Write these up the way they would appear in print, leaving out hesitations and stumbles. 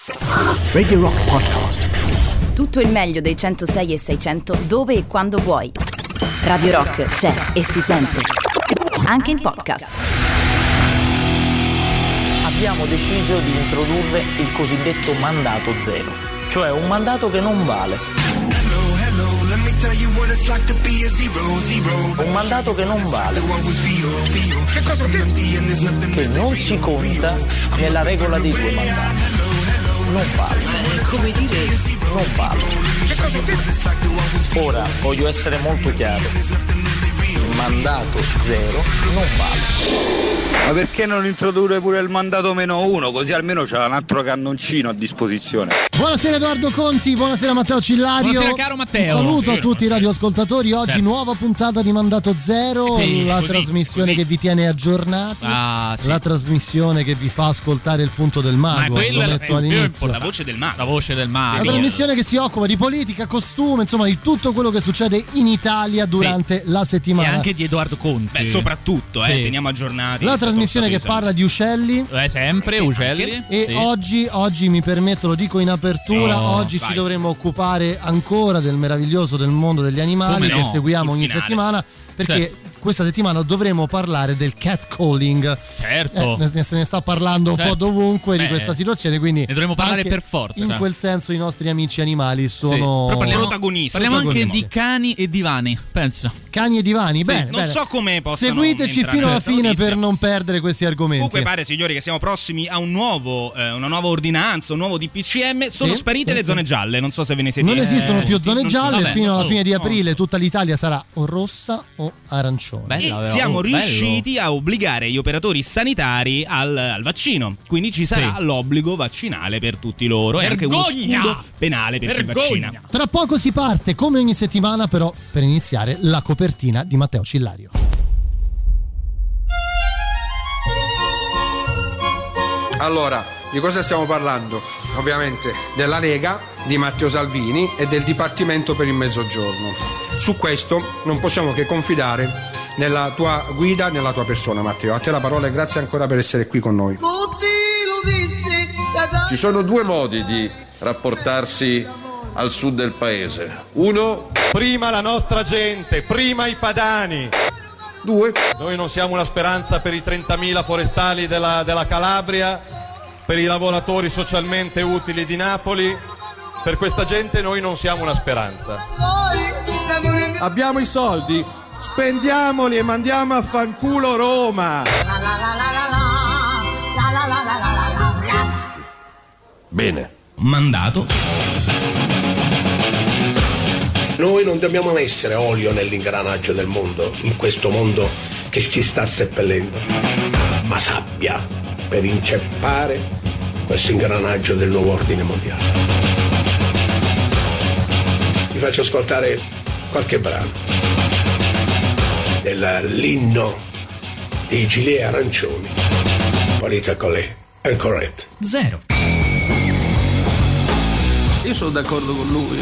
Radio Rock Podcast. Tutto il meglio dei 106 e 600 dove e quando vuoi. Radio Rock c'è e si sente anche in podcast. Abbiamo deciso di introdurre il cosiddetto mandato zero, cioè un mandato che non vale. Un mandato che non vale. Che non si conta nella regola dei due mandati. Non vale. Come dire? Non vale. Ora voglio essere molto chiaro. Il mandato zero non vale. Ma perché non introdurre pure il mandato -1, così almeno c'è un altro cannoncino a disposizione. Buonasera Edoardo Conti, buonasera Matteo Cillario. Buonasera caro Matteo. Un saluto a tutti i radioascoltatori. Oggi nuova puntata di Mandato Zero, la trasmissione che vi tiene aggiornati, la trasmissione che vi fa ascoltare il punto del mago. Lo metto all'inizio. La voce del mago. La voce del mago. La trasmissione che si occupa di politica, costume, insomma di tutto quello che succede in Italia durante la settimana. E anche di Edoardo Conti. Beh, soprattutto, teniamo aggiornati. La trasmissione che parla di uccelli. Sempre uccelli. E oggi mi permetto, lo dico in apertura, oggi ci dovremo occupare ancora del meraviglioso del mondo degli animali che seguiamo ogni settimana, perché questa settimana dovremo parlare del catcalling. Certo. Se ne sta parlando un po' dovunque di questa situazione, quindi ne dovremo parlare per forza. In quel senso i nostri amici animali sono protagonisti. Parliamo anche di cani e divani, pensa. Cani e divani, bene. Non so come possono seguiteci fino alla fine per non perdere questi argomenti. Comunque pare, signori, che siamo prossimi a una nuova ordinanza, un nuovo DPCM. Sono sparite le zone gialle, non so se ve ne siete. Non esistono più zone gialle, fino alla fine di aprile tutta l'Italia sarà o rossa o arancione. E siamo riusciti a obbligare gli operatori sanitari al vaccino, quindi ci sarà l'obbligo vaccinale per tutti loro e anche uno scudo penale per chi vaccina. Tra poco si parte, come ogni settimana, però per iniziare la copertina di Matteo Cillario. Allora, di cosa stiamo parlando? Ovviamente della Lega, di Matteo Salvini e del Dipartimento per il Mezzogiorno. Su questo non possiamo che confidare nella tua guida, nella tua persona, Matteo. A te la parola e grazie ancora per essere qui con noi. Ci sono due modi di rapportarsi al sud del paese. Uno, prima la nostra gente, prima i padani. Due, noi non siamo una speranza per i 30.000 forestali della Calabria, per i lavoratori socialmente utili di Napoli. Per questa gente noi non siamo una speranza. Abbiamo i soldi, spendiamoli e mandiamo a fanculo Roma. bene. Mandato. Noi non dobbiamo essere olio nell'ingranaggio del mondo, in questo mondo che ci sta seppellendo, ma sabbia per inceppare questo ingranaggio del nuovo ordine mondiale. Vi faccio ascoltare qualche brano dell'inno dei gilet arancioni. Politically incorrect. Zero. Io sono d'accordo con lui,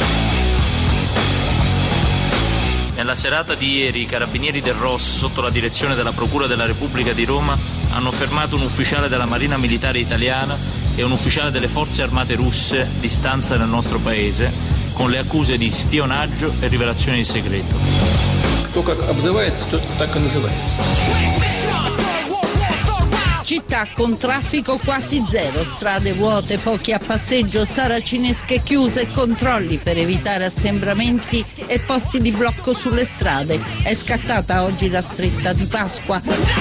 Nella serata di ieri i carabinieri del ROS, sotto la direzione della Procura della Repubblica di Roma, hanno fermato un ufficiale della Marina Militare Italiana e un ufficiale delle Forze Armate russe di stanza nel nostro paese, con le accuse di spionaggio e rivelazione di segreto. Кто как обзывается, тот так и называется. Città con traffico quasi zero, strade vuote, pochi a passeggio, saracinesche chiuse, controlli per evitare assembramenti e posti di blocco sulle strade. È scattata oggi la stretta di Pasqua.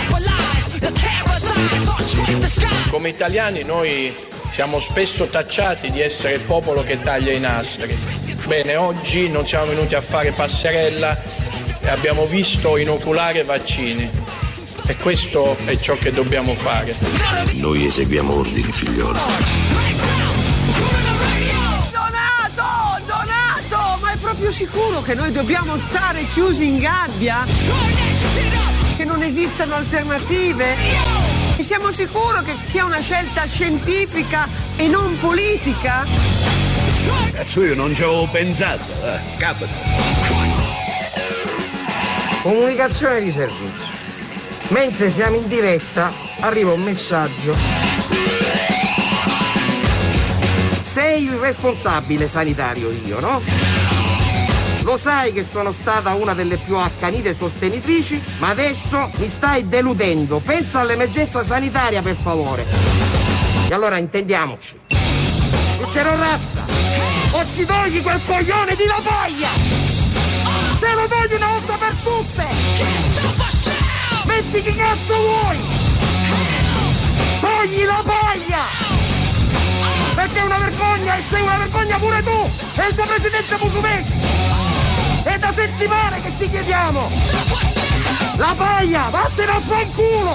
Come italiani noi siamo spesso tacciati di essere il popolo che taglia i nastri. Bene, oggi non siamo venuti a fare passerella e abbiamo visto inoculare vaccini. E questo è ciò che dobbiamo fare. Noi eseguiamo ordini, figliolo. Donato! Ma è proprio sicuro che noi dobbiamo stare chiusi in gabbia? Che non esistano alternative? E siamo sicuri che sia una scelta scientifica e non politica? Cazzo, io non ci avevo pensato, capita. Comunicazione di servizio. Mentre siamo in diretta arriva un messaggio. sei il responsabile sanitario io, no? Lo sai che sono stata una delle più accanite sostenitrici, ma adesso mi stai deludendo. Pensa all'emergenza sanitaria, per favore. E allora intendiamoci. Dicevo razza, o ci togli quel coglione di lavaglia! Se lo togli una volta per tutte! Metti chi cazzo vuoi! Togli la paglia! Perché è una vergogna e sei una vergogna pure tu e il tuo presidente Musumeci! È da settimane che ti chiediamo! La paglia! Vattene a fanculo!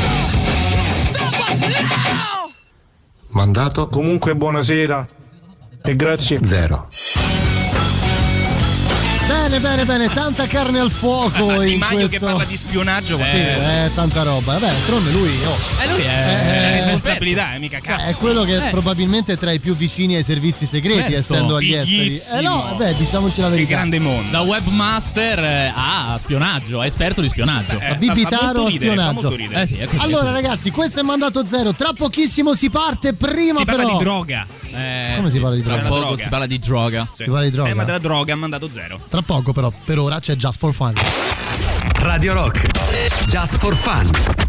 Mandato. Comunque buonasera e grazie. 0. Bene, tanta carne al fuoco in Mario questo... che parla di spionaggio. Tanta roba. Vabbè, d'altronde lui lui è responsabilità, mica cazzo. È quello che probabilmente è tra i più vicini ai servizi segreti, essendo agli esteri. No, diciamoci la verità. Che grande mondo. Da webmaster a spionaggio, a esperto di spionaggio. Da bibitaro a spionaggio. Sì, allora ragazzi, questo è Mandato Zero. Tra pochissimo si parte, prima si però... parla di droga. Come si parla di droga? Tra poco si parla di droga. Si parla di droga? Ma della droga ha mandato 0. Tra poco però, per ora c'è Just for Fun. Radio Rock, Just for Fun.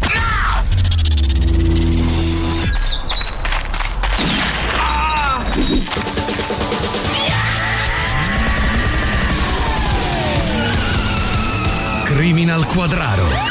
Criminal Quadraro.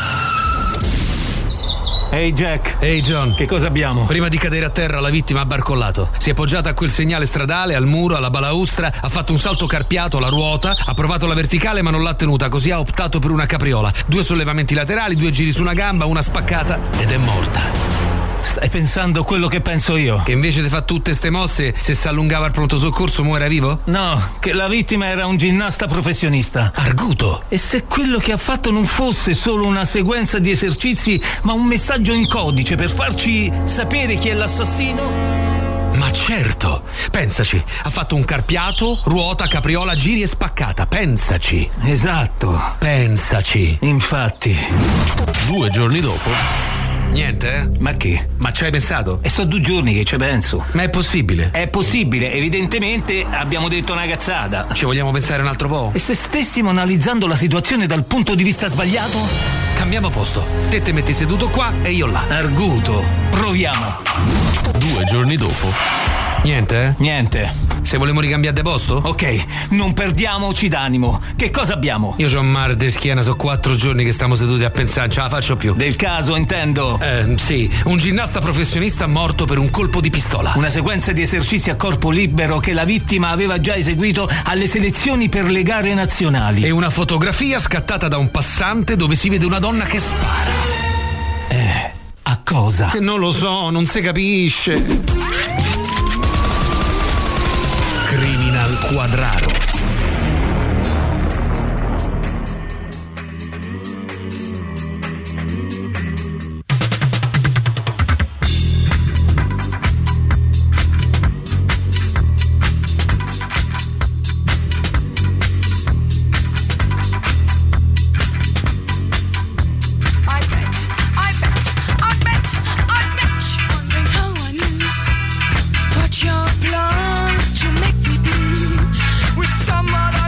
Ehi Jack. Ehi John. Che cosa abbiamo? Prima di cadere a terra la vittima ha barcollato. Si è appoggiata a quel segnale stradale, al muro, alla balaustra, ha fatto un salto carpiato alla ruota, ha provato la verticale ma non l'ha tenuta, così ha optato per una capriola. 2 sollevamenti laterali, 2 giri su una gamba, una spaccata ed è morta. Stai pensando quello che penso io? Che invece di fare tutte ste mosse, se si allungava al pronto soccorso muore vivo? No, che la vittima era un ginnasta professionista. Arguto! E se quello che ha fatto non fosse solo una sequenza di esercizi, ma un messaggio in codice per farci sapere chi è l'assassino? Ma certo! Pensaci, ha fatto un carpiato, ruota, capriola, giri e spaccata. Pensaci! Esatto! Pensaci! Infatti. 2 giorni dopo... Niente, Ma che? Ma ci hai pensato? E so 2 giorni che ci penso. Ma è possibile? È possibile, evidentemente abbiamo detto una cazzata. Ci vogliamo pensare un altro po'? E se stessimo analizzando la situazione dal punto di vista sbagliato? Cambiamo posto. Te metti seduto qua e io là. Arguto, proviamo. 2 giorni dopo. Niente? Niente. Se vogliamo ricambiare de posto? Ok, non perdiamoci d'animo. Che cosa abbiamo? Io c'ho mal de schiena, so 4 giorni che stiamo seduti a pensare, non ce la faccio più. Del caso, intendo? Sì, un ginnasta professionista morto per un colpo di pistola. Una sequenza di esercizi a corpo libero che la vittima aveva già eseguito alle selezioni per le gare nazionali. E una fotografia scattata da un passante dove si vede una donna che spara. A cosa? Che non lo so, non si capisce. Criminal Quadraro. Your plans to make me blue with some other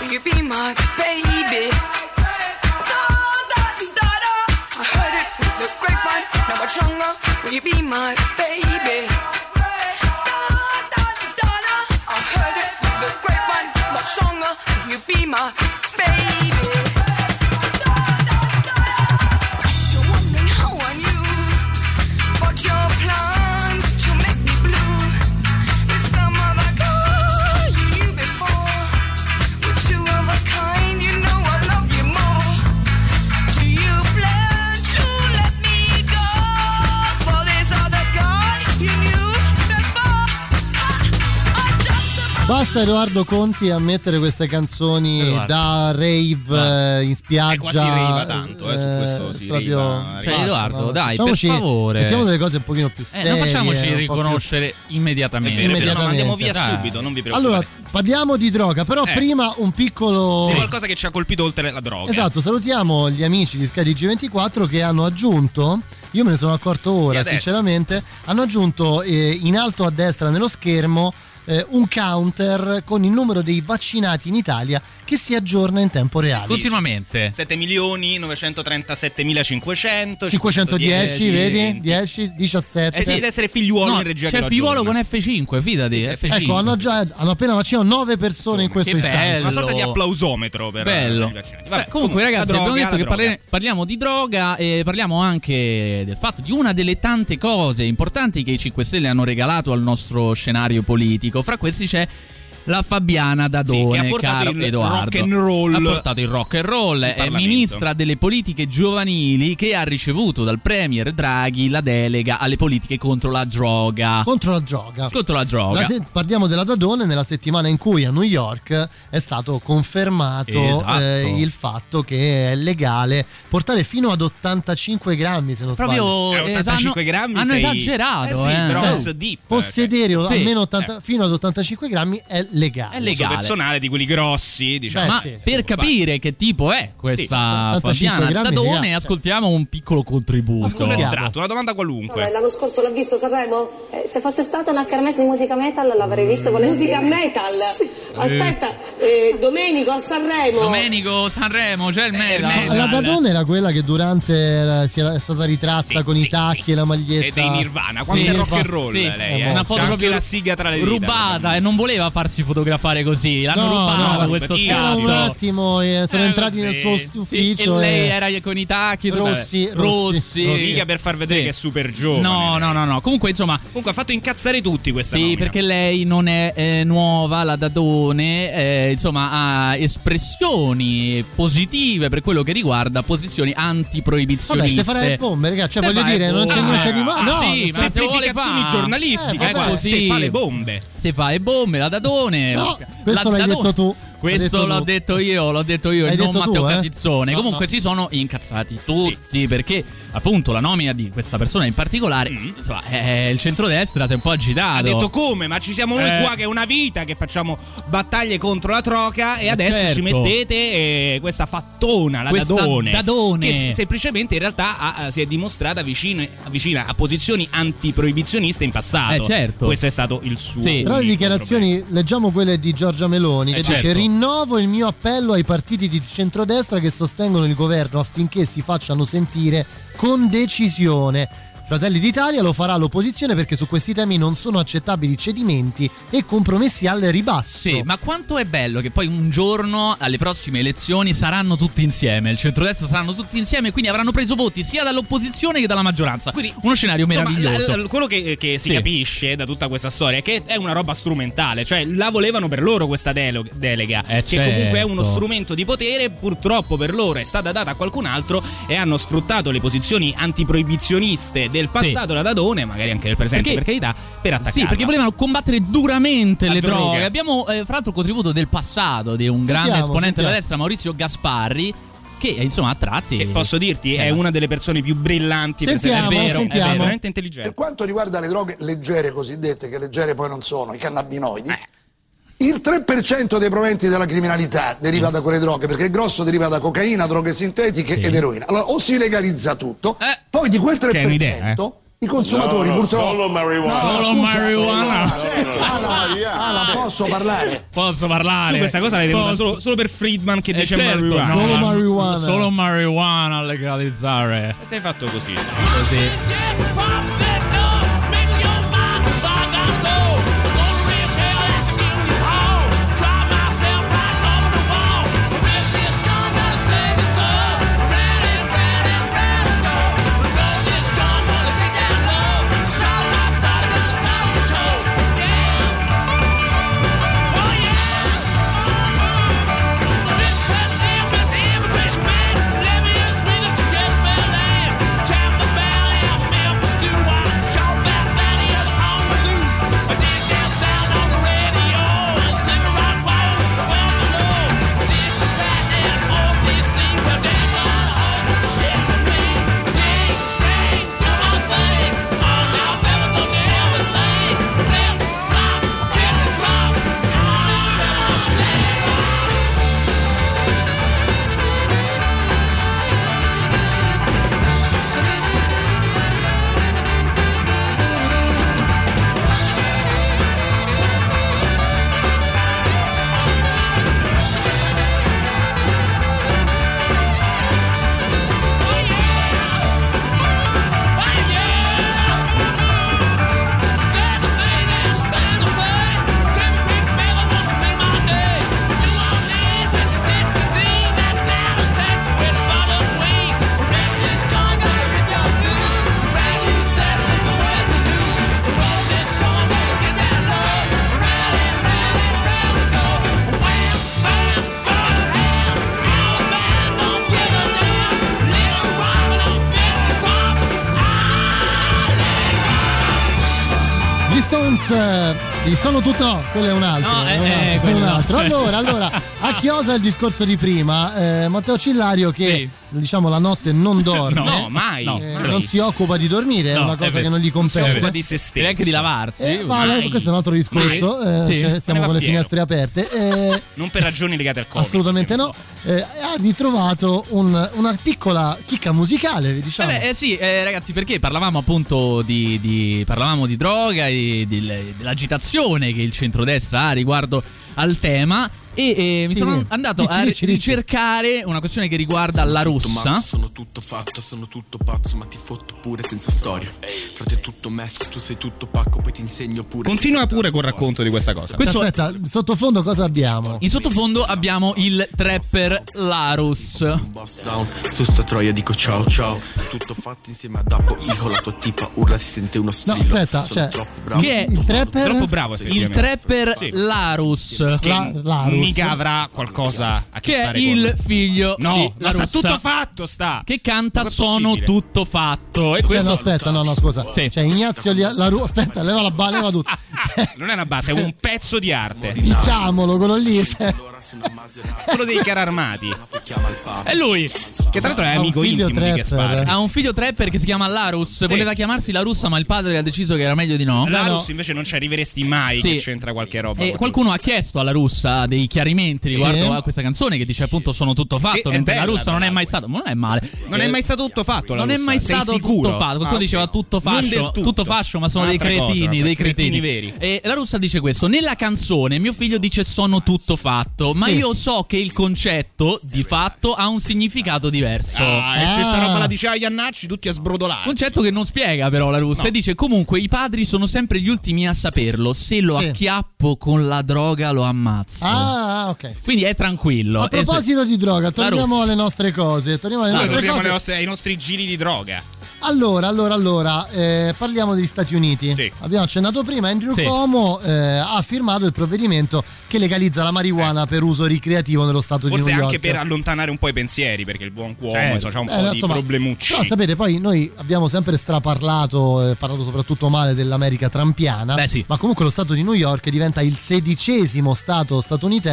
will you be my baby? I heard it with the grapevine, now much longer, will you be my baby? I heard it with the grapevine, much longer, will you be my baby? So wondering how I knew about your plans to make me blue. There's some other girl you knew before, we're two of a kind, you know I love you more. Do you plan to let me go for this other girl you knew before? I just Basta Edoardo Conti a mettere queste canzoni da rave in spiaggia. E qua si riva tanto, su questo si riva. Cioè, Edoardo, dai, per favore. Mettiamo delle cose un pochino più serie. Non facciamoci riconoscere immediatamente. No, andiamo via subito, non vi preoccupate. Allora, parliamo di droga, però prima un piccolo... Di qualcosa che ci ha colpito oltre la droga. Esatto, salutiamo gli amici di Sky G24 che hanno aggiunto, io me ne sono accorto ora sinceramente, hanno aggiunto in alto a destra nello schermo un counter con il numero dei vaccinati in Italia che si aggiorna in tempo reale. Continuamente. 7.937.500 510, vedi? 10, 17. Sì, deve essere figliuolo in regia. C'è figliuolo con F5, fidati. Sì, F5. Ecco, hanno appena vaccinato 9 persone in questo istante. Una sorta di applausometro per bello. I vaccinati. Vabbè, comunque ragazzi, droga, abbiamo detto che droga. parliamo di droga e parliamo anche del fatto di una delle tante cose importanti che i 5 Stelle hanno regalato al nostro scenario politico. Fra questi c'è la Fabiana Dadone, che ha portato caro il Edoardo. rock and roll. Ha portato il rock and roll, è ministra delle politiche giovanili che ha ricevuto dal premier Draghi la delega alle politiche contro la droga. Contro la droga. Parliamo della Dadone nella settimana in cui a New York è stato confermato il fatto che è legale portare fino ad 85 grammi, se non sbaglio. 85 grammi hanno esagerato. Però deep, possedere almeno fino ad 85 grammi è legale. Uso personale di quelli grossi, diciamo. Ma per capire che tipo è questa Fabiana Dadone, ascoltiamo un piccolo contributo. Una domanda qualunque. L'anno scorso l'ha visto Sanremo? Se fosse stata una kermesse di musica metal l'avrei visto volentieri. Musica metal? Sì. Aspetta, Domenico a Sanremo. C'è il metal. La Dadone era quella che durante è stata ritratta con i tacchi e la maglietta. E dei Nirvana, quando è rock and roll lei. Una foto proprio la siga tra le dita. Rubata e non voleva farsi fotografare così. L'hanno rubato questo scatto. Un attimo sono entrati nel suo ufficio e lei era con i tacchi rossi. Mica per far vedere che è super giovane. No. Comunque ha fatto incazzare tutti questa nomina. perché lei non è nuova, la Dadone, ha espressioni positive per quello che riguarda posizioni antiproibizioniste. Vabbè, se farà le bombe, ragazzi, voglio dire, non c'è niente di male. No, semplificazioni giornalistiche, si fa le bombe. Si fa le bombe, la Dadone. No, questo l'hai detto tu. Questo l'ho detto io, non Matteo Catizzone. Comunque si sono incazzati tutti perché appunto la nomina di questa persona in particolare, il centrodestra si è un po' agitato. Ha detto come? Ma ci siamo noi qua che è una vita che facciamo battaglie contro la troca e adesso ci mettete questa fattona, la Dadone, che semplicemente in realtà si è dimostrata vicina a posizioni antiproibizioniste in passato. Questo è stato il suo. Tra le dichiarazioni leggiamo quelle di Giorgia Meloni che dice: rinnovo il mio appello ai partiti di centrodestra che sostengono il governo affinché si facciano sentire con decisione. Fratelli d'Italia lo farà l'opposizione perché su questi temi non sono accettabili cedimenti e compromessi al ribasso. Sì, ma quanto è bello che poi un giorno alle prossime elezioni saranno tutti insieme, il centrodestra saranno tutti insieme e quindi avranno preso voti sia dall'opposizione che dalla maggioranza. Quindi uno scenario meraviglioso. Quello che si capisce da tutta questa storia è che è una roba strumentale, cioè la volevano per loro questa delega, che comunque è uno strumento di potere, purtroppo per loro è stata data a qualcun altro e hanno sfruttato le posizioni antiproibizioniste del passato, la Dadone, magari anche del presente, per carità, per attaccarla. Sì, perché volevano combattere duramente le droghe. Abbiamo fra l'altro il contributo del passato di un grande esponente della destra, Maurizio Gasparri, che a tratti, che posso dirti è una delle persone più brillanti, è veramente intelligente. Per quanto riguarda le droghe leggere cosiddette, che leggere poi non sono, i cannabinoidi, il 3% dei proventi della criminalità deriva da quelle droghe, perché il grosso deriva da cocaina, droghe sintetiche ed eroina. Allora o si legalizza tutto, poi di quel 3% I consumatori purtroppo. Solo marijuana. Solo marijuana. Alan, posso parlare? Posso parlare. Tu questa cosa l'hai tenuta solo per Friedman che dice certo, marijuana. Solo marijuana. Solo marijuana a legalizzare. Sei fatto così. Sono tutto, no, quello è un altro. No, è un altro. Allora, a chiosa il discorso di prima, Matteo Cillario che diciamo la notte non dorme. No, mai. Non si occupa di dormire, è una cosa che non gli compete. Non si occupa di se stesso. E neanche di lavarsi. Questo è un altro discorso. Stiamo con le finestre aperte. Non per ragioni legate al Covid. Assolutamente no. Ha ritrovato una piccola chicca musicale, diciamo. Ragazzi, perché parlavamo appunto parlavamo di droga e dell'agitazione che il centrodestra ha riguardo al tema. E mi sono andato a ricercare una questione che riguarda la Russa. Sono tutto fatto, sono tutto pazzo, ma ti fotto pure senza storia. Frate, tutto messo, tu sei tutto pacco, poi ti insegno pure. Continua pure col racconto di questa cosa. Aspetta, in sottofondo cosa abbiamo? In sottofondo abbiamo il trapper Larus. Su sta troia dico ciao ciao. Tutto fatto insieme ad Appo. Io la tua tipa urla, si sente uno strillo. No, aspetta, sono troppo bravo. Che è il trapper? Troppo bravo, il trapper Larus. Larus. Mica avrà qualcosa a che che fare è il figlio no, di La sta Russa, tutto fatto che canta Sono tutto fatto. E questo... aspetta, scusa. Sì. Cioè Ignazio La Russa, aspetta, leva tutto. Non è una base, è un pezzo di arte. Diciamolo, quello lì, quello dei carri armati. È lui, che tra l'altro è amico intimo di Gasparri. Ha un figlio trapper che si chiama Larus. Voleva chiamarsi La Russa, ma il padre ha deciso che era meglio di no. Larus invece non ci arriveresti mai che c'entra qualche roba. E qualcuno ha chiesto alla Russa dei chiarimenti riguardo a questa canzone, che dice appunto sono tutto fatto, mentre la Russa non è mai stato, ma non è male. Non è mai stato tutto fatto, non è mai stato tutto fatto. Qualcuno diceva tutto fascio, ma sono dei cretini veri. E la Russa dice questo: nella canzone mio figlio dice sono tutto fatto, ma io so che il concetto di fatto ha un significato diverso. E se sta roba la dice a Iannacci tutti a sbrodolare. Concetto che non spiega però la Russa, e dice comunque i padri sono sempre gli ultimi a saperlo, se lo acchiappo con la droga lo ammazzo. Ok. Quindi è tranquillo. A proposito di droga, torniamo alle nostre cose. Torniamo ai nostri giri di droga. Allora, parliamo degli Stati Uniti. Abbiamo accennato prima, Andrew Cuomo ha firmato il provvedimento che legalizza la marijuana per uso ricreativo nello stato di New York. Forse anche per allontanare un po' i pensieri, perché il buon Cuomo c'ha un po' di problemucci. Però sapete, poi noi abbiamo sempre parlato soprattutto male dell'America trumpiana, ma comunque lo stato di New York diventa il 16° stato statunitense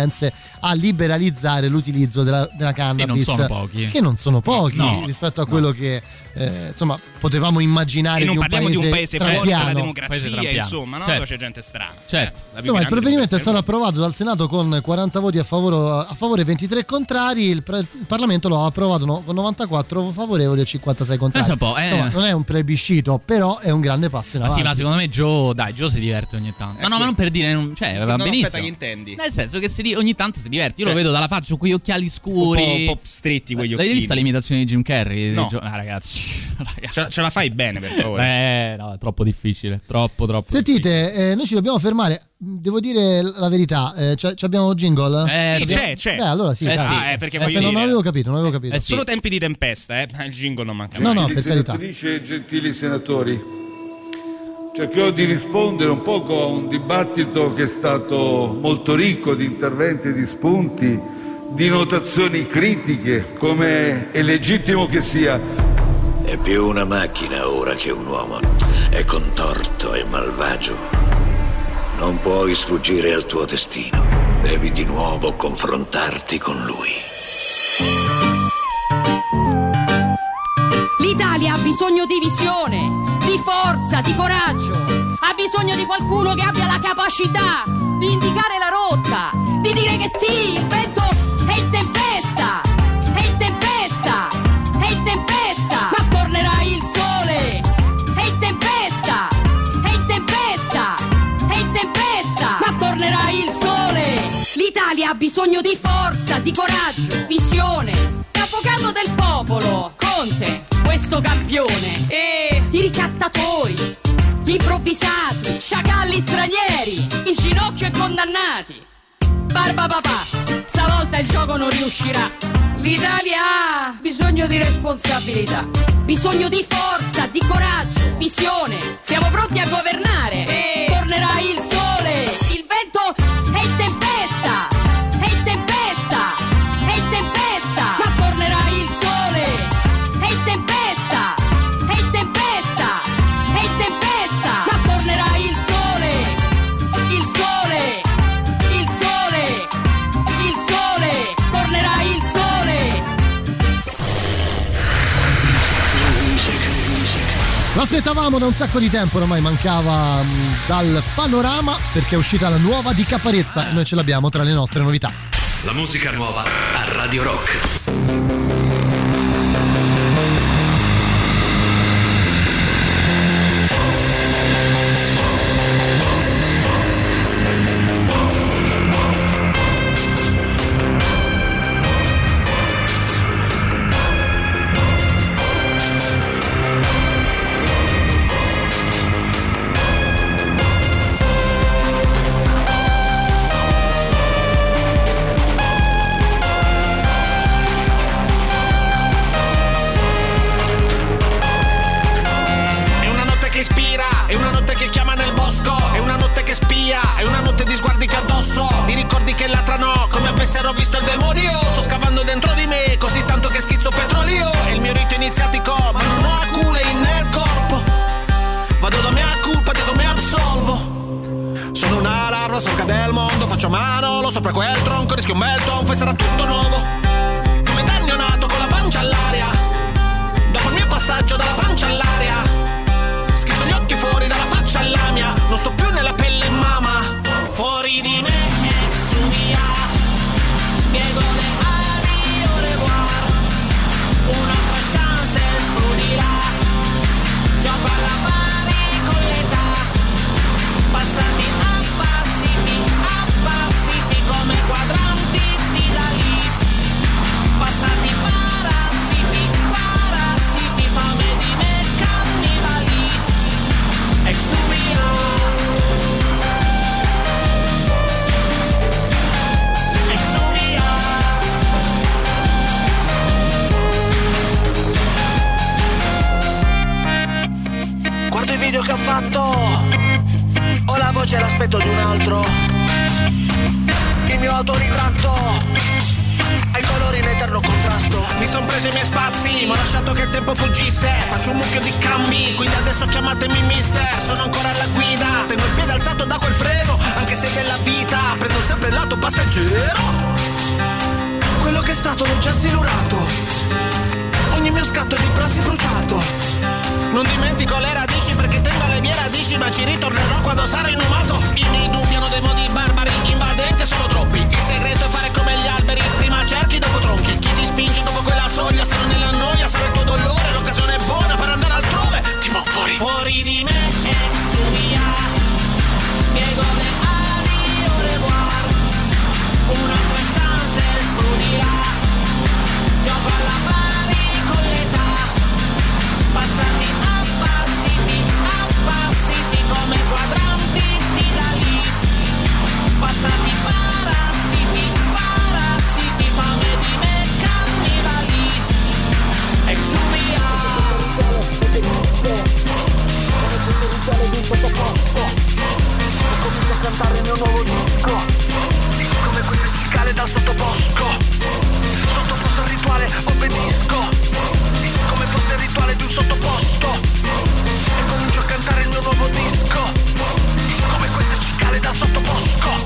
statunitense a liberalizzare l'utilizzo della cannabis, che non sono pochi rispetto a quello che insomma potevamo immaginare. E non parliamo di un paese fuori dalla democrazia, insomma, no? Dove c'è gente strana. Insomma, il provvedimento è stato approvato dal Senato con 40 voti a favore e 23 contrari. Il Parlamento lo ha approvato con 94 favorevoli e 56 contrari. Insomma, non è un plebiscito, però è un grande passo in avanti. Sì, ma secondo me Joe si diverte ogni tanto. No, ma non per dire, va benissimo. Aspetta, che intendi? Nel senso che ogni tanto si diverte. Io lo vedo dalla faccia con quegli occhiali scuri, un po' stretti quegli occhi. L'hai vista l'imitazione di Jim Carrey? No. Ragazzi. Ce la fai bene, per favore. No, è troppo difficile. Troppo. Sentite, noi ci dobbiamo fermare. Devo dire la verità, abbiamo jingle? C'è. Allora sì. Perché non avevo capito. Solo tempi di tempesta, il jingle non manca. No, per carità. Senatrici e gentili senatori, cercherò di rispondere un poco a un dibattito che è stato molto ricco di interventi e di spunti, di notazioni critiche, come è legittimo che sia. È più una macchina ora che un uomo. È contorto e malvagio. Non puoi sfuggire al tuo destino. Devi di nuovo confrontarti con lui. L'Italia ha bisogno di visione, di forza, di coraggio. Ha bisogno di qualcuno che abbia la capacità di indicare la rotta, di dire che sì, il vento è in tempesta, è in tempesta, è in tempesta, ma tornerà il sole. È in tempesta, è in tempesta, è in tempesta, ma tornerà il sole. L'Italia ha bisogno di forza, di coraggio, visione. L'avvocato del popolo, Conte, questo campione. E i ricattatori, gli improvvisati, sciacalli stranieri, in ginocchio e condannati. Barba papà, stavolta il gioco non riuscirà. L'Italia ha bisogno di responsabilità, bisogno di forza, di coraggio, visione. Siamo pronti a governare e tornerà il sole. Il vento è in tempesta, è in tempesta, è in tempesta, ma tornerà il sole. È in tempesta, è in tempesta, è in tempesta, ma tornerà il sole. Il sole, il sole, il sole, tornerà il sole. L'aspettavamo da un sacco di tempo, ormai mancava dal panorama, perché è uscita la nuova di Caparezza e noi ce l'abbiamo tra le nostre novità. La musica nuova a Radio Rock. Ho visto il demonio, sto scavando dentro di me così tanto che schizzo petrolio. È il mio rito iniziatico, ma non ho acule nel corpo. Vado da mia colpa, dico mi absolvo. Sono una larva sporca del mondo, faccio mano, lo sopra quel tronco, rischio un bel tonfo e sarà tutto nuovo. Come da neonato con la pancia all'aria, dopo il mio passaggio dalla pancia all'aria. Schizzo gli occhi fuori dalla faccia alla mia, non sto più nella pelle mamma. Fuori di me su mia. Spiego le ali, au revoir. Un'altra chance esplodirà. Gioco alla pari con l'età. Passati appassiti come quadranti di Dalì. Passati parassiti, fame di me cannibali. Exubia. Guardo i video che ho fatto, ho la voce e l'aspetto di un altro. Il mio autoritratto ha i colori in eterno contrasto. Mi son preso i miei spazi, ma ho lasciato che il tempo fuggisse. Faccio un mucchio di cambi, quindi adesso chiamatemi mister. Sono ancora alla guida, tengo il piede alzato da quel freno. Anche se della vita prendo sempre il lato sotto passeggero. Quello che è stato l'ho già silurato. Ogni mio scatto è di prassi bruciato. Non dimentico le radici perché tengo le mie radici, ma ci ritornerò quando sarò inumato. I miei dubbi hanno dei modi barbari, invadenti e sono troppi. Il segreto è fare come gli alberi, prima cerchi dopo tronchi. Chi ti spinge dopo quella soglia, se non è la noia sarà il tuo dolore. L'occasione è buona per andare altrove, tipo fuori. Fuori di me e su via. Spiego le ali, au revoir. Una tua chance esplodirà. Gioco alla pari con l'età. Passati appassiti come quadranti di Dalì. Passati parassiti, fame di me cannibali. Exuvia. Comincio a cantare il mio nuovo disco. Come queste cicale dal sottobosco. Sottoposto al rituale obbedisco. Come fosse il rituale di un sottoposto. E comincio a cantare il mio nuovo disco. Come queste cicale dal sottobosco.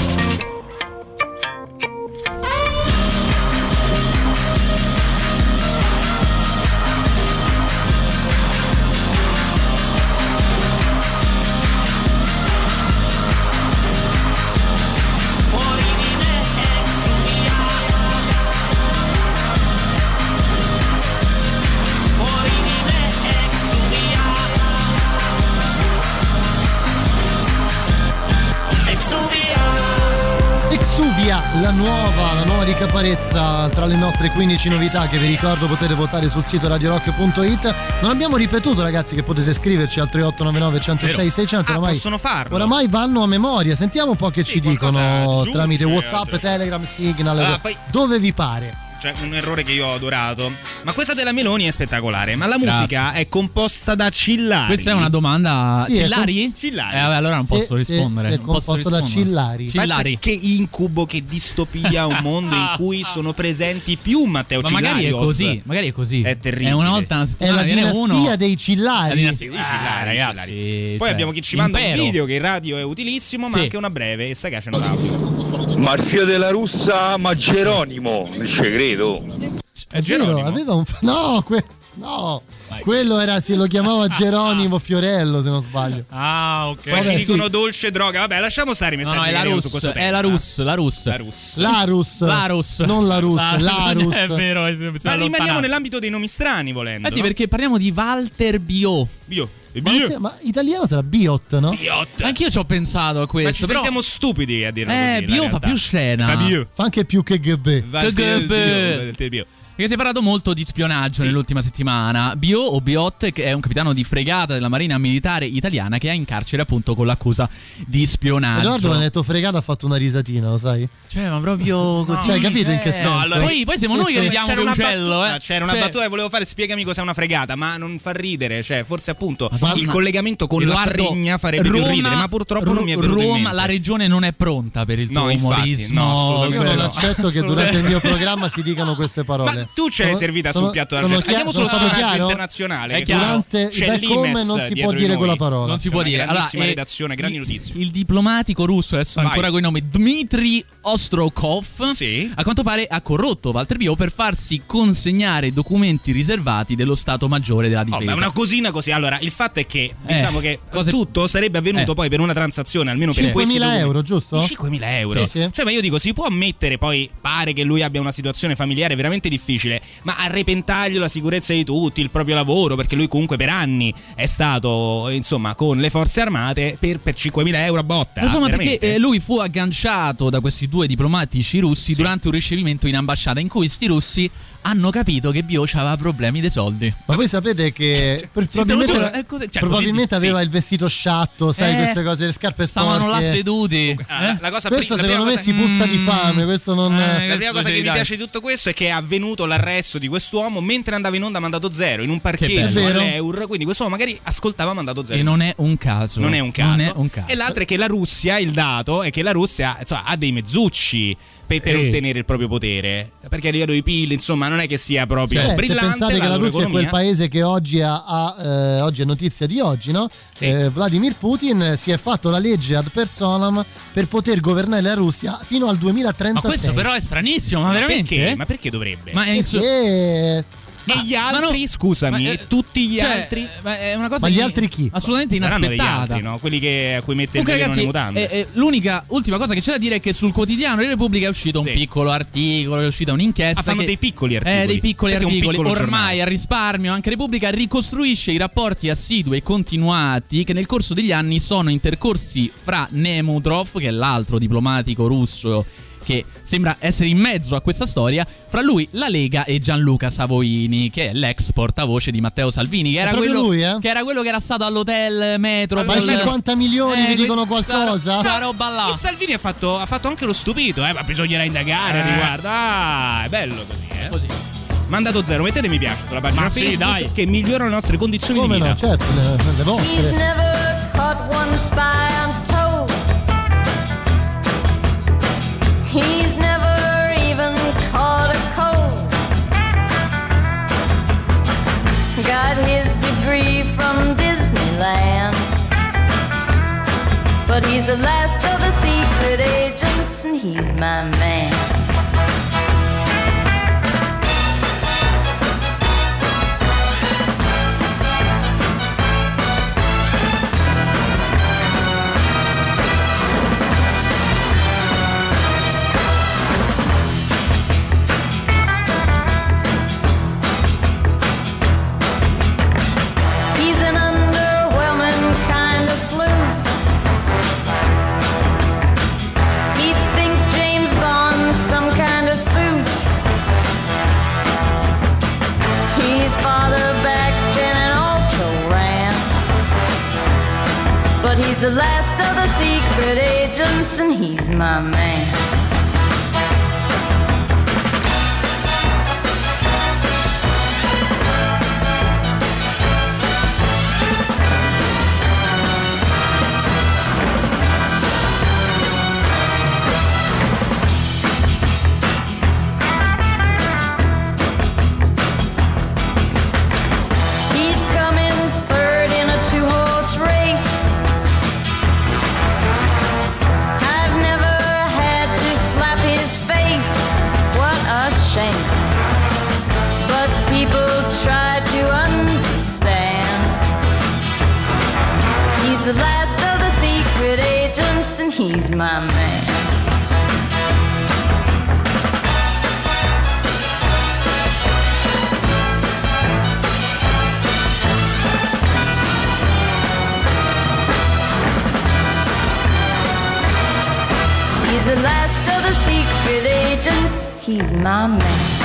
Exuvia, la nuova di Caparezza, tra le nostre 15 novità che vi ricordo potete votare sul sito radiorock.it. Non abbiamo ripetuto, ragazzi, che potete scriverci al 3899 106 600. Possono farlo. Oramai vanno a memoria. Sentiamo un po' che ci dicono tramite WhatsApp, Telegram, Signal, dove vi pare. Cioè, un errore che io ho adorato. Ma questa della Meloni è spettacolare. Ma la musica è composta da Cillari? Questa è una domanda. Sì, Cillari? Cillari. Vabbè, allora non posso rispondere. Sì, è composta da Cillari. Cillari. Che incubo, che distopia, un mondo in cui sono presenti più Matteo Cillari. Magari è così. Magari è così. È terribile. È una volta una settimana. È la viene dinastia uno. dei Cillari. La dinastia dei Cillari, ragazzi. Poi cioè, abbiamo chi ci manda un impero. video che in radio è utilissimo, ma anche una breve e sagace nota. Ma il figlio della russa, ma Geronimo, non ci credo. È vero, aveva un quello era, lo chiamava Geronimo Fiorello, se non sbaglio. Ah, ok. Poi ci dicono dolce droga. Vabbè, lasciamo stare i messaggi. No, è la Rus, è la Rus. Larus, non la Rus, Larus. È vero, ma rimaniamo nell'ambito dei nomi strani, volendo. Sì, perché parliamo di Walter Bio. Ma italiano sarà Biot, no? Biot. Anch'io ci ho pensato a questo. Ma ci sentiamo stupidi a dirlo così. Bio fa più scena. Fa anche più KGB. Bio. Perché si è parlato molto di spionaggio nell'ultima settimana. Bio o Biot, che è un capitano di fregata della Marina Militare Italiana, che è in carcere appunto con l'accusa di spionaggio. Edoardo, quando ha detto fregata, ha fatto una risatina, lo sai? Cioè, ma proprio così. Cioè, capito in che senso? No, allora, poi siamo noi che vediamo che uccello, C'era una battuta che volevo fare, spiegami cos'è una fregata, ma non fa ridere. Cioè, forse appunto il collegamento con Edoardo, la fregna farebbe più ridere, ma purtroppo non mi è venuto in mente. La regione non è pronta per il tuo umorismo. No, assolutamente. Io non accetto che durante il mio programma si dicano queste parole. Ma tu ce l'hai servita sul piatto d'argento. Andiamo sullo spionaggio internazionale. È chiaro. Durante come non si può dire quella parola. Non si può dire. Grandissima redazione, grandi notizie. Il diplomatico russo, adesso ancora con i nomi, Dmitry Ostrokov, a quanto pare ha corrotto Walter Bio per farsi consegnare documenti riservati dello Stato Maggiore della Difesa. È una cosina così. Allora, il fatto è che diciamo che tutto sarebbe avvenuto poi per una transazione, almeno per questi 5.000 euro, giusto? 5.000 euro. Sì. Cioè, ma io dico, si può ammettere, poi pare che lui abbia una situazione familiare veramente difficile, ma a repentaglio la sicurezza di tutti, il proprio lavoro, perché lui comunque per anni è stato, insomma, con le forze armate per 5.000 euro a botta. Insomma, veramente. perché lui fu agganciato da questi due diplomatici russi durante un ricevimento in ambasciata in cui sti russi hanno capito che Bio aveva problemi dei soldi. Ma voi sapete che probabilmente aveva il vestito sciatto, sai, queste cose, le scarpe sporche. Stavano là seduti. Questo secondo me si puzza di fame. Questo non. La prima cosa che mi piace di tutto questo è che è avvenuto avuto l'arresto di quest'uomo mentre andava in onda Mandato Zero in un parcheggio all'Eur, quindi quest'uomo magari ascoltava Mandato Zero. E non è un caso. Non è un caso. E l'altro è che la Russia, il dato è che la Russia, insomma, ha dei mezzucci per ottenere il proprio potere, perché a livello di PIL, insomma, non è che sia proprio brillante. Se pensate che la Russia è quel paese che oggi oggi è notizia di oggi, no? Vladimir Putin si è fatto la legge ad personam per poter governare la Russia fino al 2036. Ma questo però è stranissimo, ma veramente? Perché? Ma perché dovrebbe? Ma E gli altri, scusami, tutti gli altri? È una cosa ma gli altri chi? Assolutamente inaspettata. Altri, no? Quelli a cui mette il veleno nelle mutande. L'unica ultima cosa che c'è da dire è che sul quotidiano di Repubblica è uscito un piccolo articolo, è uscita un'inchiesta. Fanno dei piccoli articoli. Dei piccoli articoli. Ormai giornale. A risparmio anche Repubblica ricostruisce i rapporti assidui e continuati che nel corso degli anni sono intercorsi fra Nemutrov, che è l'altro diplomatico russo che sembra essere in mezzo a questa storia, fra lui, la Lega e Gianluca Savoini, che è l'ex portavoce di Matteo Salvini, che era quello che era stato all'hotel Metro. Ma 50 milioni vi dicono qualcosa? Quella roba là. E Salvini ha fatto anche lo stupito, ma bisognerà indagare a riguardo. È bello così, così. Mandato Zero, mettete mi piace sulla pagina Facebook, dai, che migliorano le nostre condizioni di vita. No, certo, le vostre. He's never even caught a cold. Got his degree from Disneyland, but he's the last of the secret agents and he's my man. He's the last of the secret agents and he's my man. The last of the secret agents and he's my man. He's the last of the secret agents, he's my man.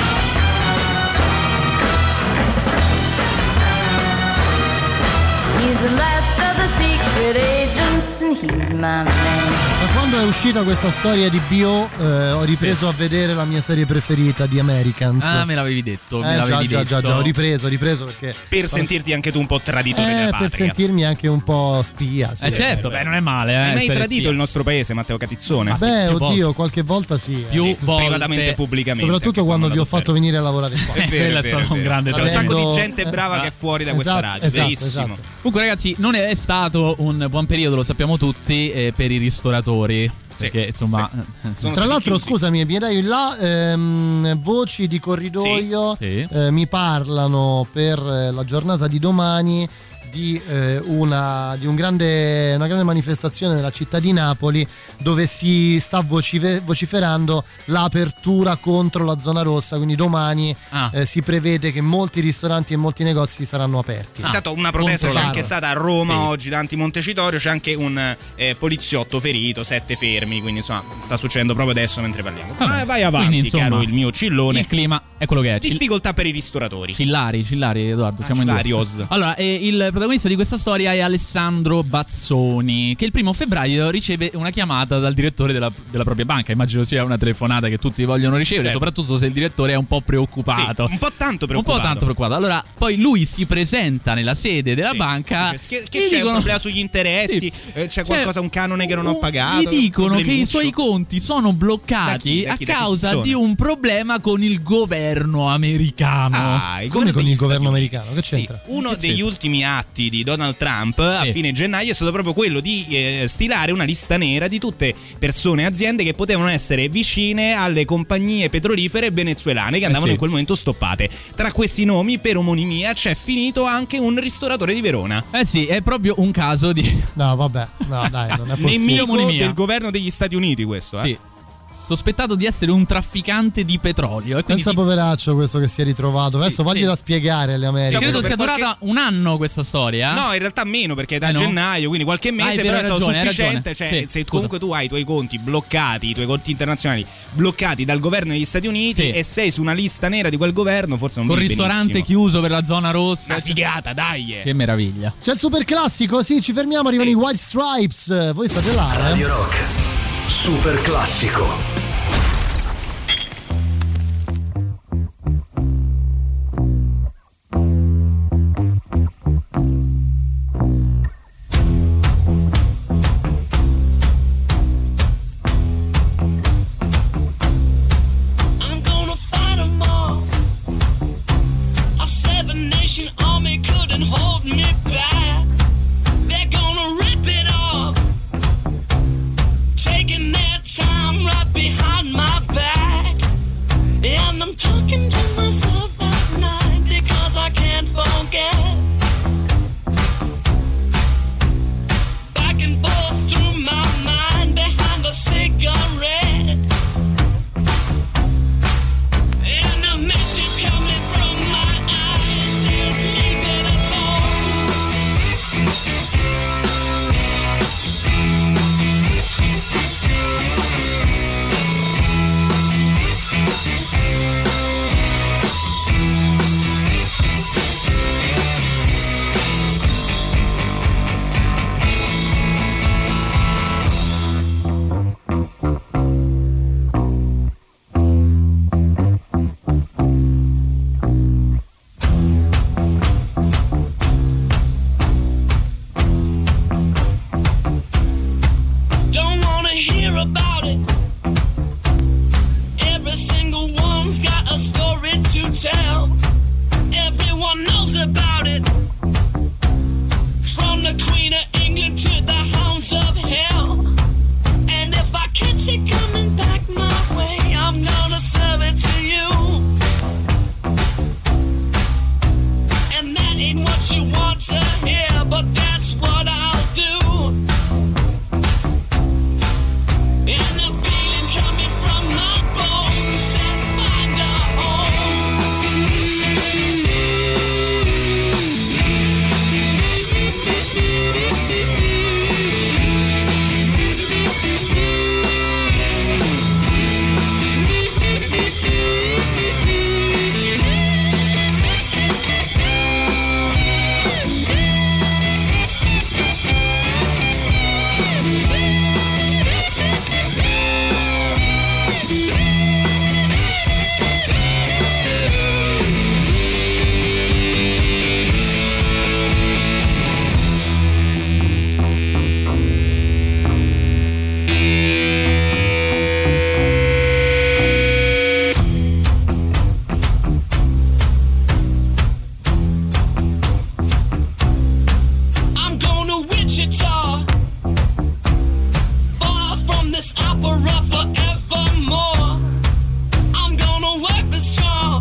He's the last of the secret agents and he's my man. Da quando è uscita questa storia di Bio ho ripreso a vedere la mia serie preferita di Americans. Ah, me l'avevi detto. Già, ho ripreso perché per sentirti anche tu un po' traditore della patria. Per sentirmi anche un po' spia. Sì. Certo, non è male. Hai mai tradito il nostro paese, Matteo Catizzone? Beh, oddio, qualche volta sì. Più volte. Privatamente e pubblicamente. Soprattutto quando vi ho fatto venire a lavorare qua. È vero, è stato un grande. C'è un sacco di gente brava che è fuori da questa radio. Verissimo. Comunque, ragazzi, non è stato un buon periodo, lo sappiamo tutti, per i ristoratori. Perché insomma tra l'altro chiusi. Scusami, mi dai là voci di corridoio mi parlano per la giornata di domani di una grande manifestazione nella città di Napoli dove si sta vociferando l'apertura contro la zona rossa, quindi domani si prevede che molti ristoranti e molti negozi saranno aperti. Intanto una protesta c'è anche stata a Roma oggi da Antimontecitorio, c'è anche un poliziotto ferito, 7 fermi, quindi insomma sta succedendo proprio adesso mentre parliamo. Vai avanti, quindi, insomma, caro il mio cillone. Il clima È quello che è. Difficoltà per i ristoratori. Cillari, Edoardo. Siamo in due. Allora, il protagonista di questa storia è Alessandro Bazzoni, che il 1 febbraio riceve una chiamata dal direttore della propria banca. Immagino sia una telefonata che tutti vogliono ricevere, soprattutto se il direttore è un po' preoccupato. Sì, un po' tanto preoccupato. Allora, poi lui si presenta nella sede della banca. Che c'è un problema sugli interessi? C'è qualcosa, un canone che non ho pagato? Gli dicono che i suoi conti sono bloccati a causa di un problema con il governo americano. Come con il governo americano? Che c'entra? Sì, uno degli ultimi atti di Donald Trump a fine gennaio è stato proprio quello di stilare una lista nera di tutte persone e aziende che potevano essere vicine alle compagnie petrolifere venezuelane che andavano in quel momento stoppate. Tra questi nomi, per omonimia, c'è finito anche un ristoratore di Verona. Sì, è proprio un caso di... No, vabbè, no, dai, non è possibile. Nemico del governo degli Stati Uniti questo, Sì. Sospettato di essere un trafficante di petrolio. Pensa poveraccio questo che si è ritrovato. Adesso vagliela spiegare alle Americhe. Credo sia durata un anno questa storia. No, in realtà meno, perché è da gennaio, quindi qualche mese, però è stato sufficiente. Cioè, se comunque tu hai i tuoi conti bloccati, i tuoi conti internazionali bloccati dal governo degli Stati Uniti e sei su una lista nera di quel governo, forse non con vivi ristorante benissimo. Chiuso per la zona rossa. Una figata, dai! Che meraviglia. C'è il super classico, sì, ci fermiamo, arrivano i White Stripes. Voi state là, Radio Rock, super classico. Army couldn't hold me back. They're gonna rip it off, taking their time right behind my back. And I'm talking to myself at night because I can't forget. Back and forth through my mind behind a cigarette. And a message coming from my eyes says leave it alone. Don't wanna hear about it. Every single one's got a story to tell. Everyone knows about it. From the Queen of England to the hounds of hell. And if I catch it coming back my way, I'm gonna serve it to you. And that ain't what you want to hear, but that's what I'll do. And the feeling coming from my bones says find a I'm going to Wichita, far from this opera forevermore. I'm gonna work the straw,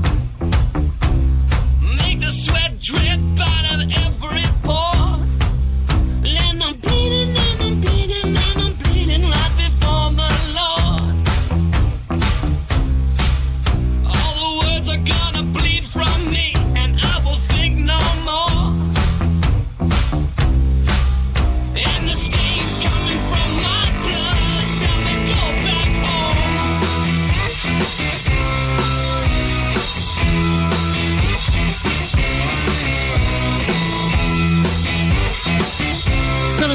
make the sweat drip out of every pore. And I'm bleeding and I'm bleeding and I'm bleeding right before the Lord. All the words are gonna bleed from me and I will think no more. And the stains coming from my blood tell me go back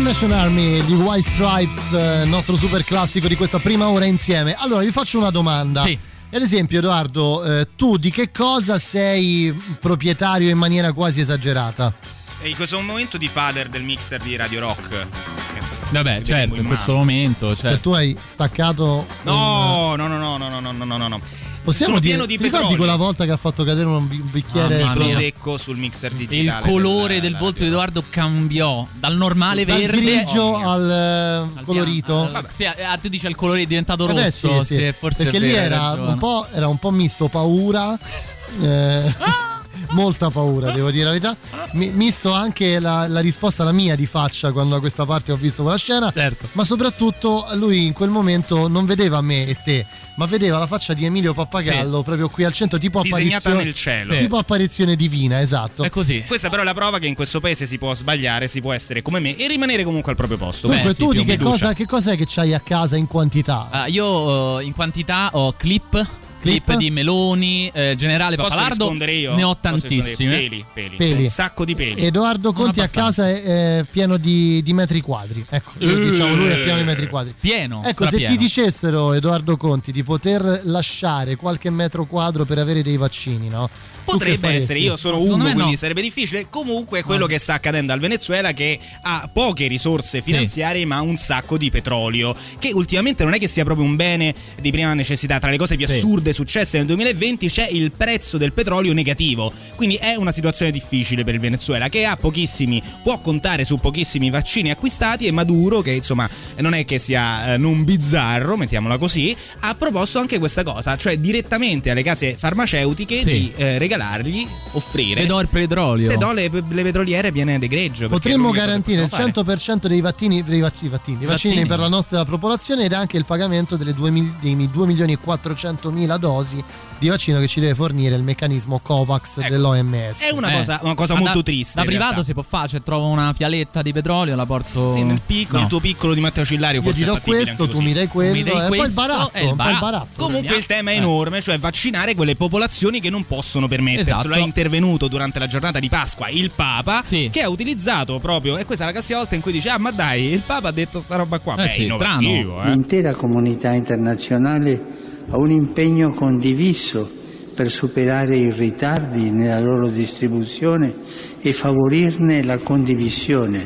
Salvation Army di White Stripes, nostro super classico di questa prima ora insieme. Allora vi faccio una domanda. Sì. Ad esempio, Edoardo, tu di che cosa sei proprietario in maniera quasi esagerata? In questo momento di Father del mixer di Radio Rock. Vabbè, certo, in questo momento. Certo. Cioè, tu hai staccato. No. Possiamo Sono dire, pieno di ricordi petrolio. quella volta che ha fatto cadere un bicchiere di secco sul mixer digitale? Il colore del volto di Edoardo cambiò dal normale dal verde grigio al colorito. Sì, tu dici al colore è diventato rosso. Sì. Forse perché lì era un po' misto paura. Molta paura, devo dire la verità. Misto anche la risposta alla mia di faccia quando da questa parte ho visto quella scena. Certo. Ma soprattutto lui in quel momento non vedeva me e te, ma vedeva la faccia di Emilio Pappagallo proprio qui al centro, tipo disegnata nel cielo. Tipo apparizione divina, esatto. È così. Questa però è la prova che in questo paese si può sbagliare, si può essere come me e rimanere comunque al proprio posto. Dunque tu di che cos'è che c'hai a casa in quantità? Io in quantità ho clip di Meloni, generale Pappalardo, ne ho tantissime. Peli. Un sacco di peli. Edoardo Conti a casa è pieno di metri quadri. Ecco, diciamo lui è pieno di metri quadri. Pieno. Ecco, se ti dicessero, Edoardo Conti, di poter lasciare qualche metro quadro per avere dei vaccini, no? Potrebbe essere, io sono uno, quindi sarebbe difficile. Comunque quello che sta accadendo al Venezuela, che ha poche risorse finanziarie ma un sacco di petrolio, che ultimamente non è che sia proprio un bene di prima necessità. Tra le cose più assurde successe nel 2020 c'è il prezzo del petrolio negativo, quindi è una situazione difficile per il Venezuela, che può contare su pochissimi vaccini acquistati, e Maduro, che insomma non è che sia non bizzarro, mettiamola così, ha proposto anche questa cosa, cioè direttamente alle case farmaceutiche di offrire. Te do il petrolio. Te do le petroliere piene di greggio. Potremmo garantire il 100% dei vaccini per la nostra popolazione, ed anche il pagamento dei 2.400.000 dosi di vaccino che ci deve fornire il meccanismo COVAX dell'OMS. È una cosa molto triste. Da privato si può fare, cioè trovo una fialetta di petrolio, la porto. Sì, nel piccolo, il tuo piccolo di Matteo Cillario, forse. Io ti do questo, tu mi dai quello, e poi il baratto. Comunque il tema è enorme, cioè vaccinare quelle popolazioni che non possono permetterselo. È intervenuto durante la giornata di Pasqua il Papa, che ha utilizzato proprio, e questa è la classica volta in cui dice: ah, ma dai, il Papa ha detto sta roba qua. Innovativo, L'intera comunità internazionale ha un impegno condiviso per superare i ritardi nella loro distribuzione e favorirne la condivisione,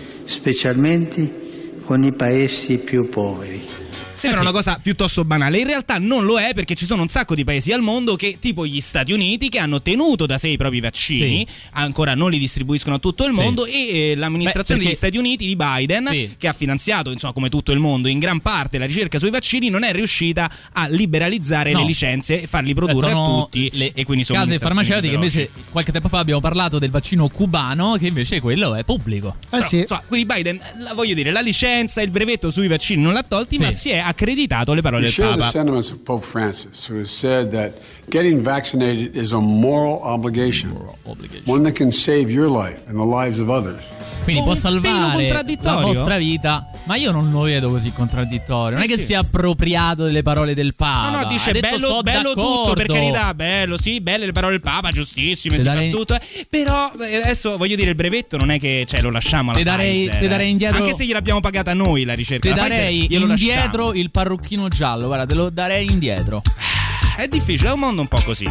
specialmente con i paesi più poveri. Sembra una cosa piuttosto banale, in realtà non lo è, perché ci sono un sacco di paesi al mondo che, tipo gli Stati Uniti, che hanno tenuto da sé i propri vaccini, ancora non li distribuiscono a tutto il mondo, e l'amministrazione degli Stati Uniti di Biden, che ha finanziato, insomma, come tutto il mondo, in gran parte la ricerca sui vaccini, non è riuscita a liberalizzare le licenze e farli produrre a tutti, e quindi sono case farmaceutiche. Invece qualche tempo fa abbiamo parlato del vaccino cubano, che invece quello è pubblico. Insomma, quindi Biden, voglio dire, la licenza, il brevetto sui vaccini non l'ha tolti, ma si è accreditato le parole del Papa. The sentiments of Pope Francis, who has said that getting vaccinated is a moral obligation, one that can save your life and the lives of others. Quindi può salvare la vostra vita, ma io non lo vedo così contraddittorio. Non è che sia appropriato delle parole del Papa. No, dice bello tutto, per carità, bello, sì, belle le parole del Papa, giustissime, si fa tutto. Però adesso voglio dire, il brevetto non è che lo lasciamo alla Pfizer. Te darei indietro, anche se gliel'abbiamo pagata noi la ricerca. Te darei indietro il parrucchino giallo, guarda, te lo darei indietro. È difficile, è un mondo un po' così,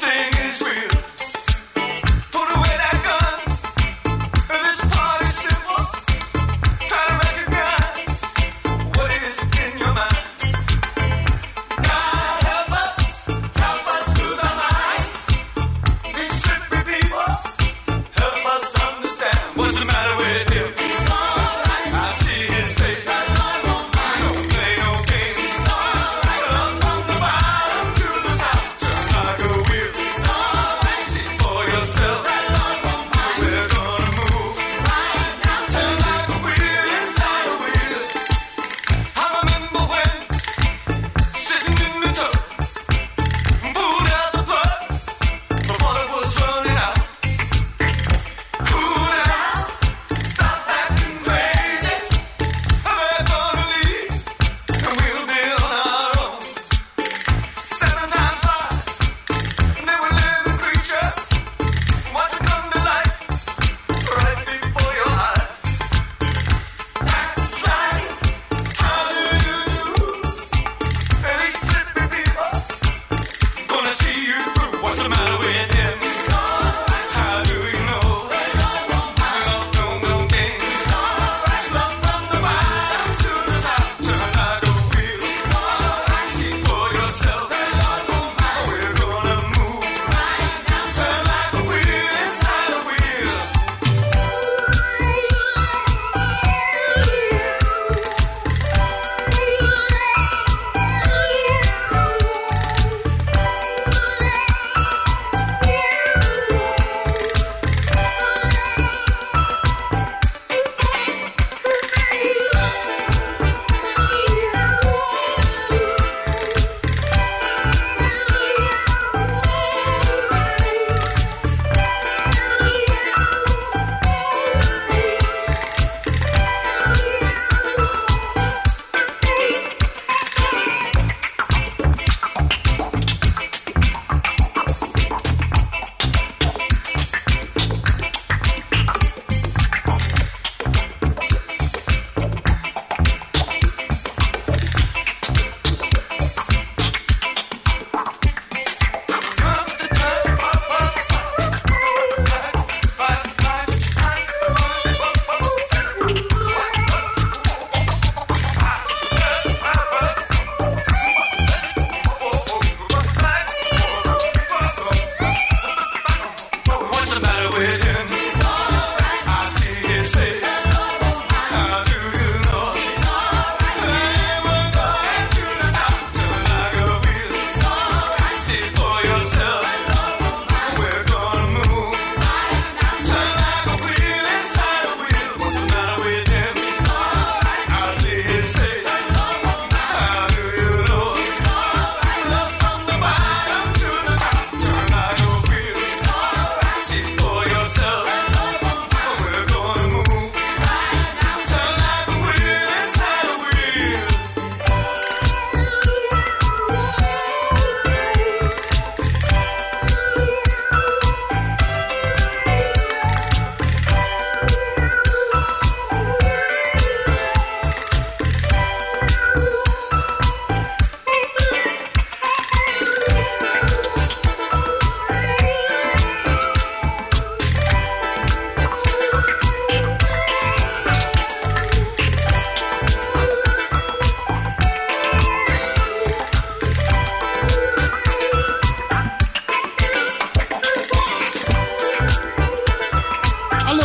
Put away that gun. This party's simple.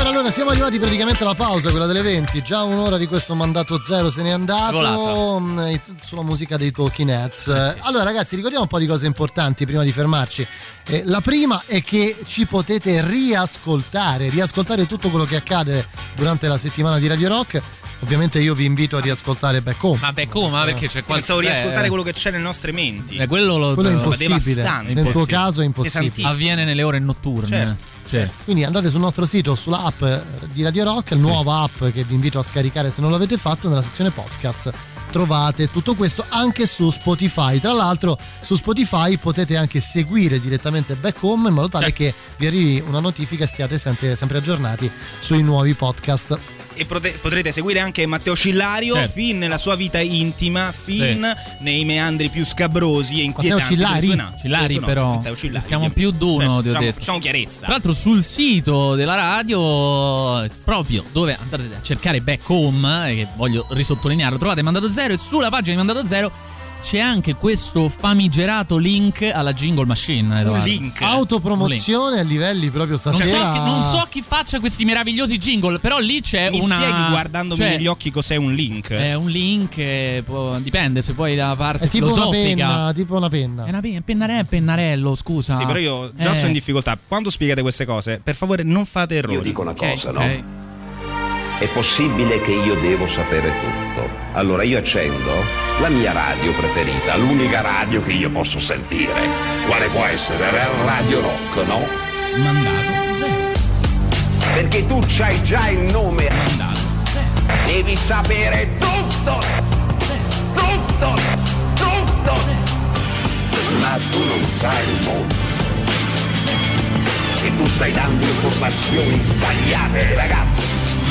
Allora siamo arrivati praticamente alla pausa, quella delle 20. Già un'ora di questo mandato zero se n'è andato sulla musica dei Talking Heads. Allora ragazzi, ricordiamo un po' di cose importanti prima di fermarci. La prima è che ci potete riascoltare tutto quello che accade durante la settimana di Radio Rock. Ovviamente io vi invito a riascoltare Back Home. Ma Back Home, perché c'è qualcosa. Pensavo riascoltare quello che c'è nelle nostre menti. Quello è impossibile. Nel tuo caso è impossibile. Avviene nelle ore notturne. Certo. Quindi andate sul nostro sito, sulla app di Radio Rock, nuova app che vi invito a scaricare se non l'avete fatto, nella sezione podcast trovate tutto questo anche su Spotify. Tra l'altro su Spotify potete anche seguire direttamente Back Home in modo tale che vi arrivi una notifica e stiate sempre aggiornati sui nuovi podcast. E potrete seguire anche Matteo Cillario fin nella sua vita intima, fin nei meandri più scabrosi e inquietanti. Cillari però siamo più d'uno, ti ho detto. Facciamo chiarezza. Tra l'altro sul sito della radio, proprio dove andate a cercare Back Home, che voglio risottolinearlo, trovate Mandato Zero, e sulla pagina di Mandato Zero c'è anche questo famigerato link alla Jingle Machine. Un link. Autopromozione a livelli proprio stasera. Non so chi faccia questi meravigliosi jingle, però lì c'è Mi spieghi guardandomi negli occhi cos'è un link? È un link, dipende se poi da parte è tipo filosofica. Una penna. È una pennarello, scusa. Sì, però io già sono in difficoltà. Quando spiegate queste cose, per favore non fate errori. Io dico una cosa, no? È possibile che io devo sapere tutto. Allora io accendo la mia radio preferita, l'unica radio che io posso sentire. Quale può essere? Radio Rock, no? Mandato Zero. Perché tu c'hai già il nome. Mandato Zero. Devi sapere tutto. Tutto. Ma tu non sai il mondo. E tu stai dando informazioni sbagliate, ragazzi.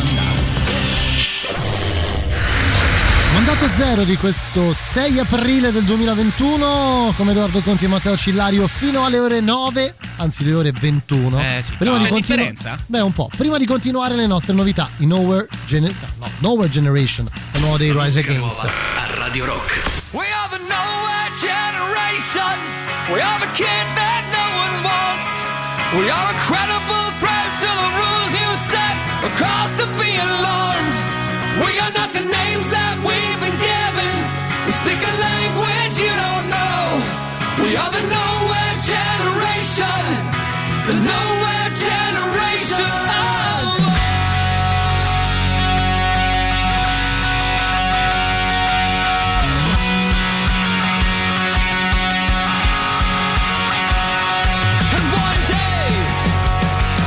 Mandato Zero di questo 6 aprile del 2021 come Edoardo Conti e Matteo Cillario fino alle ore 9, anzi le ore 21. C'è differenza? Beh, un po'. Prima di continuare le nostre novità, i Nowhere Generation, il nuovo dei Rise Against. A Radio Rock. We are the Nowhere Generation. We are the kids that no one wants. We are a credible threat to the rules you set. A cause to be alarmed. We are not the names that we've been given. We speak a language you don't know. We are the Nowhere Generation. The Nowhere Generation. And one day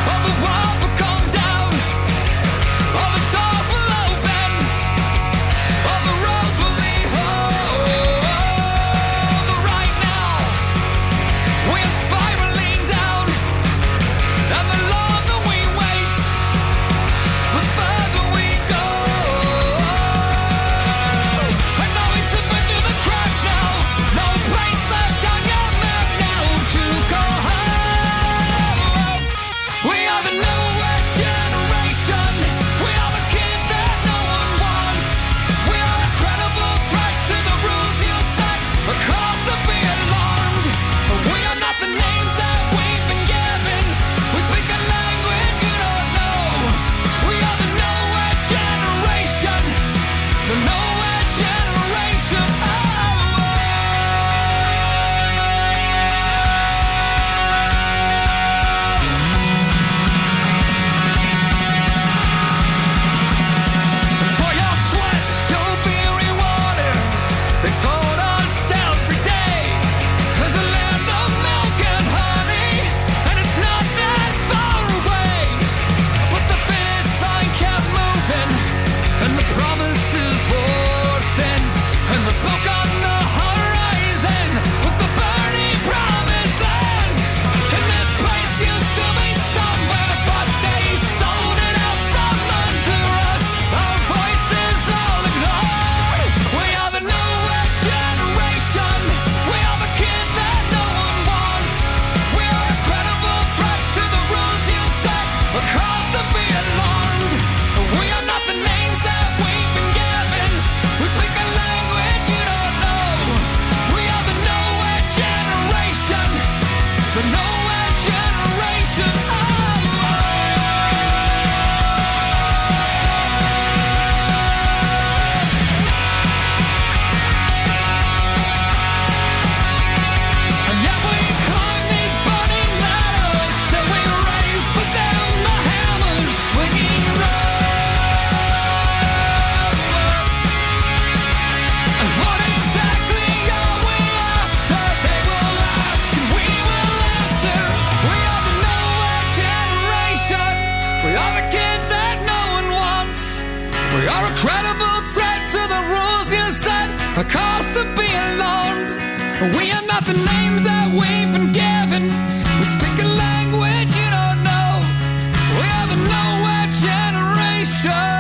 You're a credible threat to the rules you set, a cause to be alarmed. We are not the names that we've been given. We speak a language you don't know. We are the nowhere generation.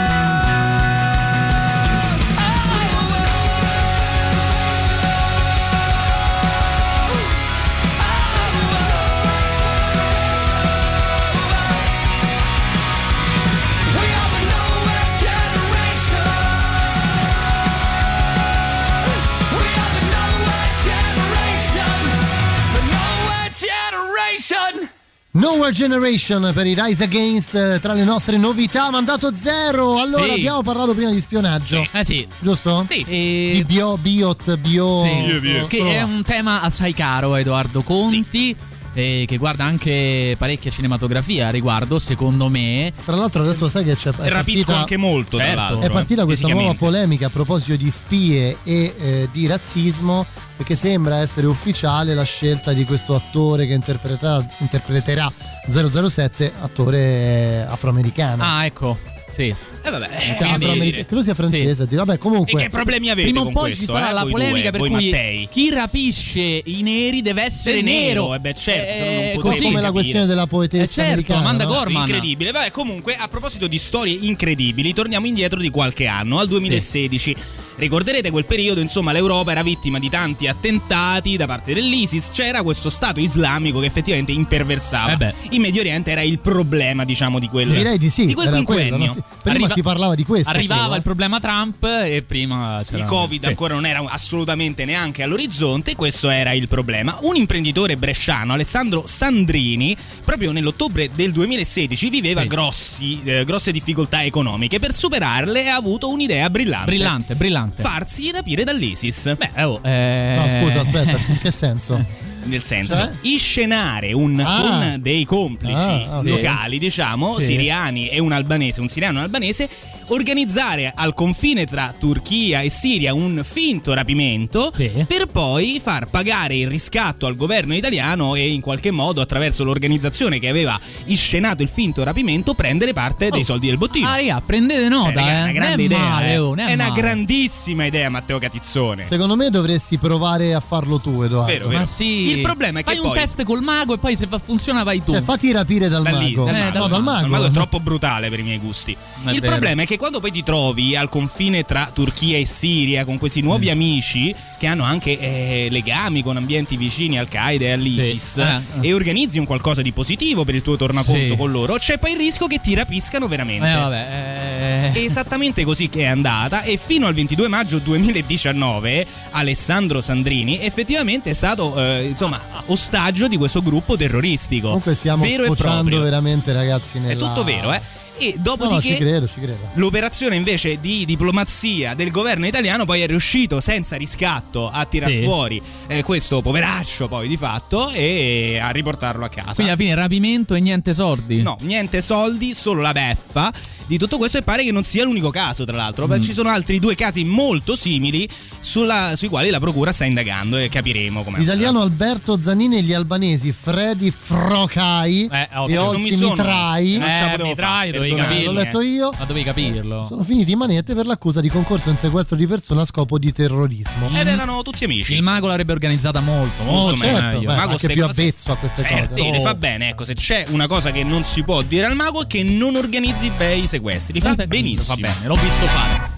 Nowhere Generation per i Rise Against, tra le nostre novità. Mandato zero. Allora, sì. abbiamo parlato prima di spionaggio. Sì. Giusto? Sì. Di Biot. Sì. Che è un tema assai caro a Edoardo Conti. Sì. Che guarda anche parecchia cinematografia a riguardo, secondo me. Tra l'altro adesso sai che c'è rapisco anche molto, tra l'altro. È partita questa nuova polemica a proposito di spie e di razzismo, perché sembra essere ufficiale la scelta di questo attore che interpreterà 007, attore afroamericano. Ah, ecco. Sì. Credo sia francese. Sì. Vabbè, comunque. E che problemi avete prima o con poi questo? Ci sarà la polemica per cui Mattei. chi rapisce i neri deve essere nero. E beh, certo, non come la questione della poetessa americana, Amanda Gorman. Incredibile. Vabbè, comunque, a proposito di storie incredibili, torniamo indietro di qualche anno, al 2016. Sì. Ricorderete quel periodo, insomma, l'Europa era vittima di tanti attentati da parte dell'ISIS. C'era questo Stato islamico che effettivamente imperversava. In Medio Oriente era il problema, diciamo, di quel direi di sì, di quel quinquennio. Prima si parlava di questo. Arrivava il problema Trump e prima c'era il Covid ancora non era assolutamente neanche all'orizzonte. Questo era il problema. Un imprenditore bresciano, Alessandro Sandrini, proprio nell'ottobre del 2016 viveva grosse difficoltà economiche. Per superarle ha avuto un'idea brillante. Farsi rapire dall'ISIS. No, scusa, aspetta, in che senso? Nel senso, inscenare con dei complici locali, diciamo, siriani e un siriano e un albanese, organizzare al confine tra Turchia e Siria un finto rapimento per poi far pagare il riscatto al governo italiano e in qualche modo, attraverso l'organizzazione che aveva inscenato il finto rapimento, prendere parte dei soldi del bottino. Raga, prendete nota, È una grande idea, male, è una grandissima idea, Matteo Catizzone. Secondo me dovresti provare a farlo tu, Edoardo. Vero. Ma sì. Il problema è che fai un test col mago e poi se funziona vai tu. Cioè, fatti rapire dal mago. Dal mago. Il mago è troppo brutale per i miei gusti. Il problema è che quando poi ti trovi al confine tra Turchia e Siria con questi nuovi amici che hanno anche legami con ambienti vicini al Qaeda e all'ISIS e organizzi un qualcosa di positivo per il tuo tornaconto con loro, c'è poi il rischio che ti rapiscano veramente. È esattamente così che è andata, e fino al 22 maggio 2019 Alessandro Sandrini effettivamente è stato ostaggio di questo gruppo terroristico. Comunque stiamo sfociando veramente, ragazzi, È tutto vero, E dopodiché ci credo. L'operazione invece di diplomazia del governo italiano poi è riuscito senza riscatto a tirar fuori questo poveraccio poi di fatto e a riportarlo a casa. Quindi alla fine rapimento e niente soldi? No, niente soldi, solo la beffa di tutto questo, e pare che non sia l'unico caso, tra l'altro. Ci sono altri 2 casi molto simili sui quali la procura sta indagando e capiremo com'è. L'italiano Alberto Zannini e gli albanesi Freddy Frocai e Olsi Mitrai. Non ce la potevo fare. L'ho letto io. Ma dovevi capirlo. Sono finiti in manette per l'accusa di concorso in sequestro di persona a scopo di terrorismo. Ed erano tutti amici. Il mago l'avrebbe organizzata molto certo, meglio. Mago anche più avvezzo a queste cose. Sì, le fa bene. Ecco, se c'è una cosa che non si può dire al mago è che non organizzi bei sequestri. Li fa benissimo. Fa bene, l'ho visto fare.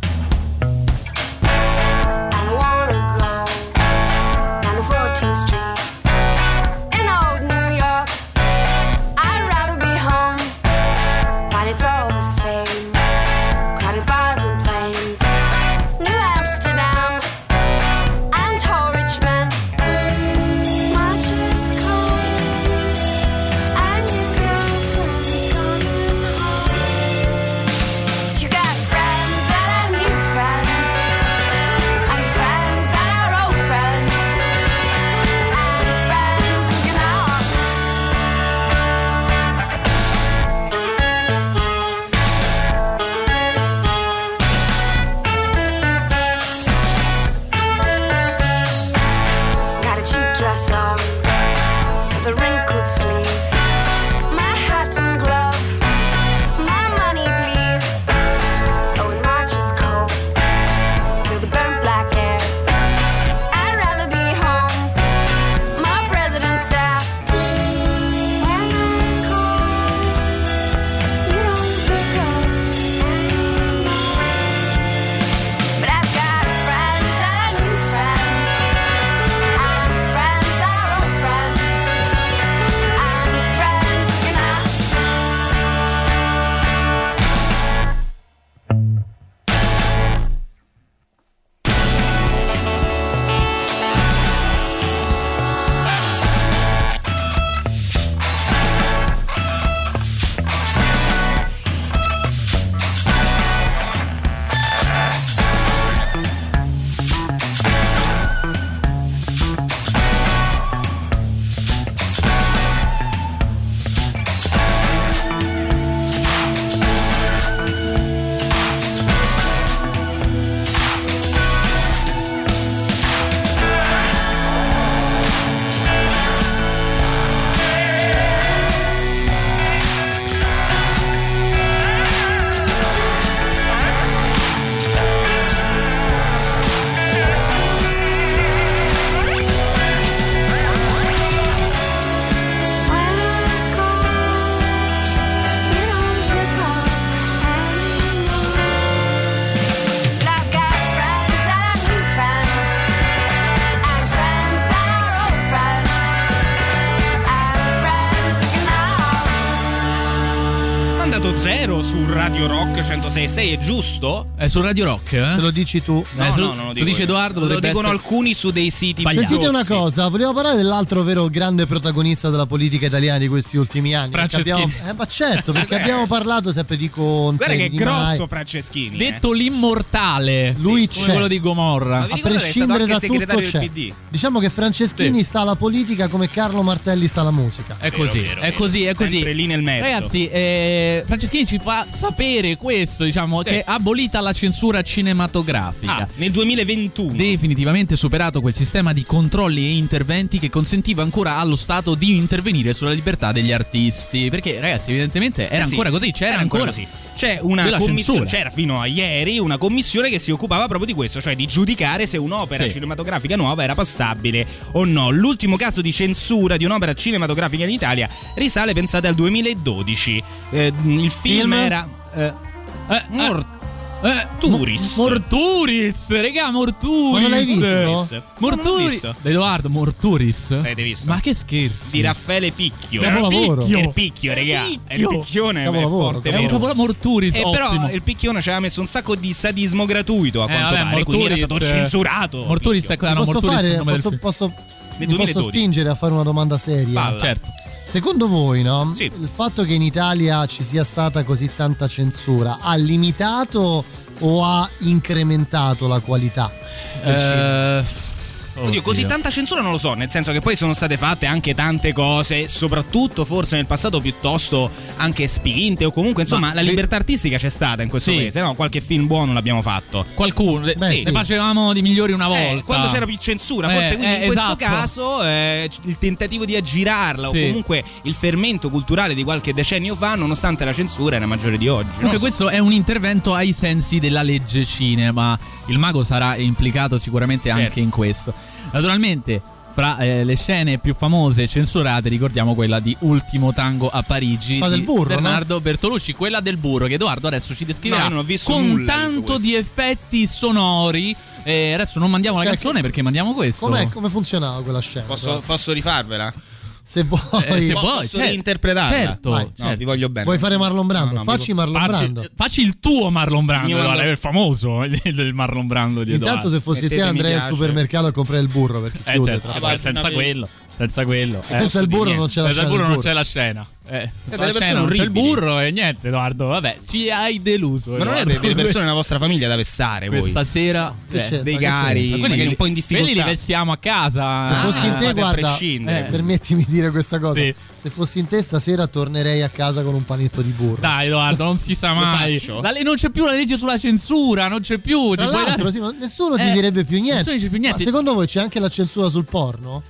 You got friends that I mandato 0 su Radio Rock 106.6, è giusto? È su Radio Rock, eh? Se lo dici tu. No, non lo dico. dice Edoardo, lo dicono alcuni su dei siti. Sentite una cosa, volevo parlare dell'altro vero grande protagonista della politica italiana di questi ultimi anni. Franceschini. Ma certo, perché abbiamo parlato sempre di Conte. Guarda che è di grosso Franceschini. Detto l'immortale, lui come c'è. quello di Gomorra. A prescindere da tutto c'è. PD. Diciamo che Franceschini sta alla politica come Carlo Martelli sta alla musica. È così, è così. Sempre lì nel mezzo. Ragazzi, Franceschini ci fa sapere questo, diciamo, che è abolita la censura cinematografica. Nel 2021. Definitivamente superato quel sistema di controlli e interventi che consentiva ancora allo Stato di intervenire sulla libertà degli artisti. Perché, ragazzi, evidentemente era ancora così. C'era ancora così. C'è una commissione, c'era fino a ieri una commissione che si occupava proprio di questo, cioè di giudicare se un'opera cinematografica nuova era passabile o no. L'ultimo caso di censura di un'opera cinematografica in Italia risale, pensate, al 2012. Il film era Morturis, regà, Morturis. Ma non l'hai visto? Morturis. Edoardo, Morturis. L'avete visto? Ma che scherzi. Di Raffaele Picchio. Capolavoro. Il Picchio, regà. Il Picchione è forte, vero? Morturis, però il Picchione ci aveva messo un sacco di sadismo gratuito, a quanto pare, quindi era stato censurato. Morturis posso spingere a fare una domanda seria? Falla. Certo. Secondo voi, no? Sì. Il fatto che in Italia ci sia stata così tanta censura ha limitato o ha incrementato la qualità del cinema? Oddio, così tanta censura non lo so, nel senso che poi sono state fatte anche tante cose, soprattutto forse nel passato piuttosto anche spinte, o comunque insomma la libertà artistica c'è stata in questo paese, no? Qualche film buono l'abbiamo fatto. Qualcuno, ne facevamo di migliori una volta. Quando c'era più censura, forse quindi in questo caso il tentativo di aggirarla o comunque il fermento culturale di qualche decennio fa, nonostante la censura, era maggiore di oggi. Comunque questo è un intervento ai sensi della legge cinema. Il mago sarà implicato sicuramente anche in questo. Naturalmente, fra le scene più famose e censurate, ricordiamo quella di Ultimo tango a Parigi di Bernardo Bertolucci, quella del burro, che Edoardo adesso ci descriverà con tanto di effetti sonori. Adesso non mandiamo la canzone perché mandiamo questo. Come funzionava quella scena? Posso rifarvela? Se vuoi, posso reinterpretarla. Certo, No, vi voglio bene. Vuoi fare Marlon Brando? Facci Marlon Brando. Facci il tuo Marlon Brando, Edoardo, è il famoso il Marlon Brando di Edoardo. Intanto se fossi te andrei al supermercato a comprare il burro perché chiude. Senza quello. Senza il burro non c'è la scena. Senza il burro non c'è la scena. Delle persone orribili. C'è il burro e niente, Edoardo. Vabbè, ci hai deluso. Ma non avete delle persone nella vostra famiglia da vessare voi? Questa sera dei cari, magari un po' in difficoltà. Quelli li vestiamo a casa. Se fossi in te, guarda, permettimi di dire questa cosa. Sì. Se fossi in te stasera tornerei a casa con un panetto di burro. Dai, Edoardo, non si sa mai. Non c'è più la legge sulla censura, non c'è più. Tra l'altro, nessuno ti direbbe più niente. Ma secondo voi c'è anche la censura sul porno?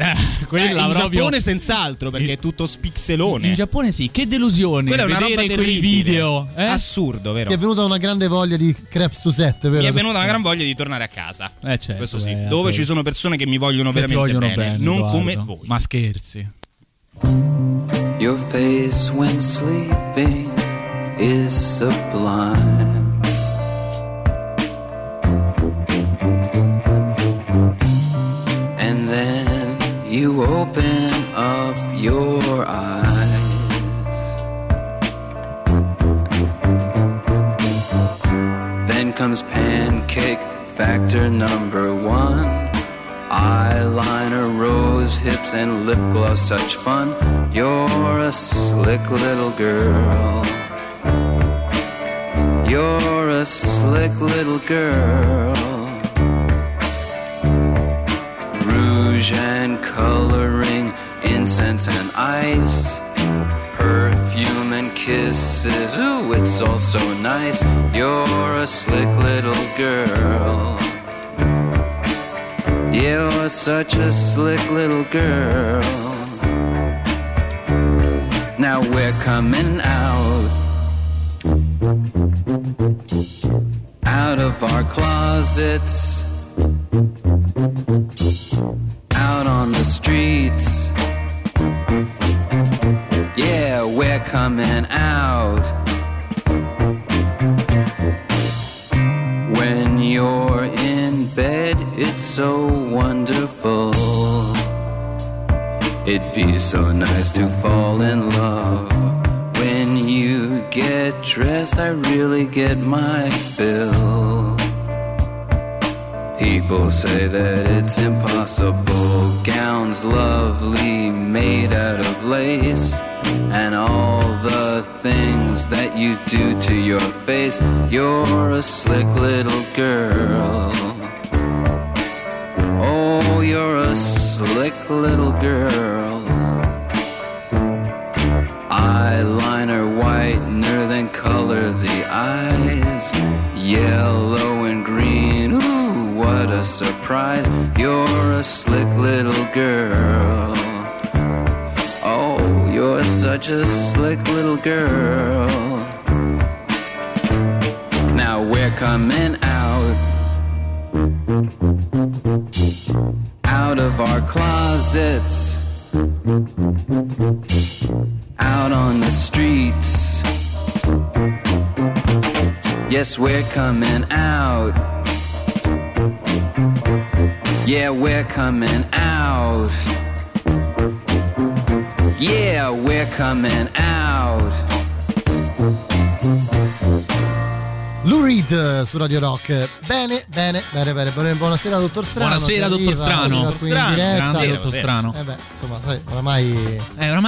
In Giappone senz'altro, perché è tutto spixelone. In Giappone sì, che delusione. Quella è una roba vedere quei video. Assurdo, vero? Ti è venuta una grande voglia di crepe Suzette, vero? Mi è venuta una gran voglia di tornare a casa. Certo, questo sì, dove ci sono persone che mi vogliono veramente bene, non Edoardo. come voi. Ma scherzi. Your face when sleeping is sublime. And then you open up your eyes. Then comes pancake factor number 1. Eyeliner, rose hips, and lip gloss, such fun. You're a slick little girl. You're a slick little girl. Rouge and coloring, incense and ice, perfume and kisses, ooh, it's all so nice. You're a slick little girl. You're such a slick little girl. Now we're coming out of our closets, out on the streets. Yeah, we're coming out. When you're in bed, it's so wonderful. It'd be so nice to fall in love when you get dressed, I really get my fill. People say that it's impossible. Gowns lovely made out of lace, and all the things that you do to your face. You're a slick little girl. Oh, you're a slick little girl. Eyeliner whitener, then color the eyes, yellow and green. Ooh, what a surprise. You're a slick little girl. Oh, you're such a slick little girl. Now we're coming out of our closets, out on the streets. Yes, we're coming out. Yeah, we're coming out. Yeah, we're coming out. Lou Reed su Radio Rock. Bene. Buonasera dottor Strano. Buonasera dottor Strano. Qui in diretta. Grande dottor Strano. Beh, insomma, sai, oramai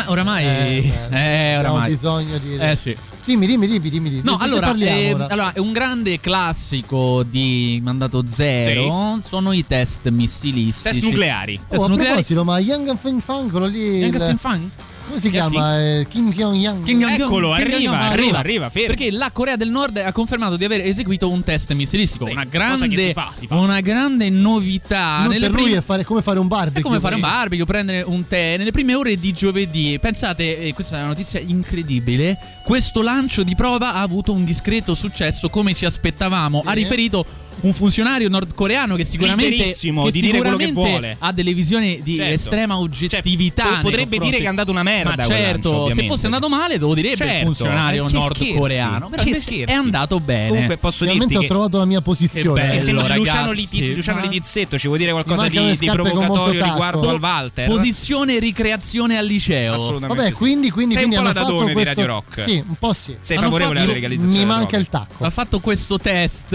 abbiamo bisogno di sì. Dimmi. No, allora è un grande classico di Mandato Zero. Sì. Sono i test missilistici. Test nucleari. A proposito, ma Yang Feng quello lì. Yang Feng Fang? Come si chiama? Kim Jong-un. Eccolo, arriva, fermo. Perché la Corea del Nord ha confermato di aver eseguito un test missilistico. Sì, una si fa. Una grande novità. Per lui è come fare un barbecue. È come fare un barbecue, prendere un tè. Nelle prime ore di giovedì, pensate, questa è una notizia incredibile, questo lancio di prova ha avuto un discreto successo come ci aspettavamo. Sì. Ha riferito un funzionario nordcoreano che sicuramente di dire quello che vuole, ha delle visioni di estrema oggettività. Potrebbe dire che è andato una merda. Ma certo, lancio, se fosse andato male te lo direbbe il funzionario nordcoreano. Che scherzi. È andato bene. Comunque posso dirti ho trovato la mia posizione. Sì, sembra Luciano Litizzetto. Ci vuoi dire qualcosa di provocatorio riguardo al Walter? Posizione ricreazione al liceo. Assolutamente. Vabbè, quindi sei un po' la Dadone di Radio Rock. Sì, un po' sì. Sei favorevole alla legalizzazione? Mi manca il tacco. Ha fatto questo test.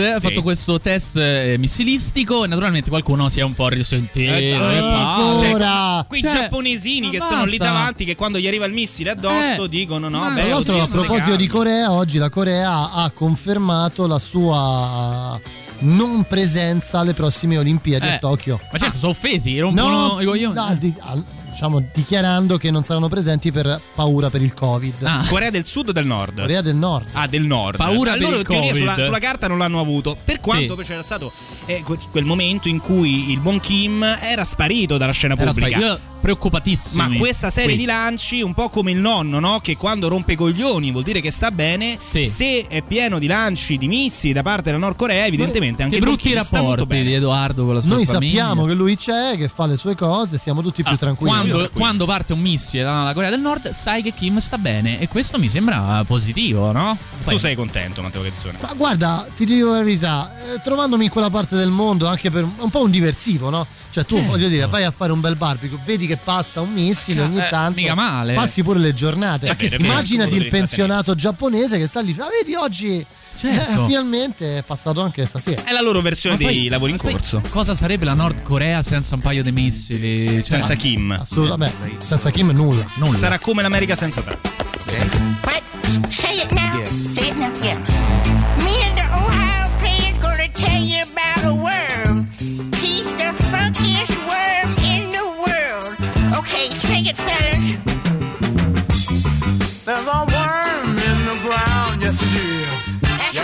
Missilistico e naturalmente qualcuno si è un po' risentito. Quei giapponesini che sono lì davanti, che quando gli arriva il missile addosso dicono no. Tra l'altro, a proposito di Corea, oggi la Corea ha confermato la sua non presenza alle prossime Olimpiadi a Tokyo. Ma certo, sono offesi, rompono i coglioni. Diciamo, dichiarando che non saranno presenti per paura per il Covid. Corea del Sud o del Nord? Corea del Nord. Del Nord. Paura per il Covid. Sulla carta non l'hanno avuto. Per quanto poi c'era stato quel momento in cui il buon Kim era sparito dalla scena pubblica. Preoccupatissimi. Ma questa serie di lanci, un po' come il nonno, no? Che quando rompe i coglioni vuol dire che sta bene. Se è pieno di lanci di missili da parte della Nord Corea, evidentemente anche che brutti rapporti di Edoardo con la sua famiglia. Noi sappiamo che lui c'è, che fa le sue cose, siamo tutti più tranquilli. Quando parte un missile dalla Corea del Nord, sai che Kim sta bene. E questo mi sembra positivo, no? Tu sei contento, Matteo Cazzone? Ma guarda, ti dico la verità, trovandomi in quella parte del mondo, anche per un po' un diversivo, no? Cioè tu, voglio dire, vai a fare un bel barbecue, vedi che passa un missile ogni tanto, mica male. Passi pure le giornate. Immaginati il pensionato giapponese che sta lì, vedi oggi finalmente è passato anche stasera. È la loro versione dei lavori in corso. Cosa sarebbe la Nord Corea senza un paio di missili? Senza Kim. Assolutamente. Senza Kim nulla. Sarà come l'America senza Trump. What? Say it now. Say it now. Yeah. Me and the Ohio player's gonna tell you about a worm. He's the funkiest worm in the world. Okay, sing it, fellas. There's a worm in the ground, yes it is. That's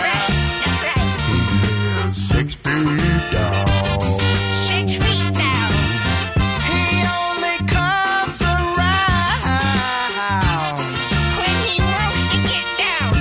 right. 6 feet down. 6 feet down. He only comes around when he wants to get down.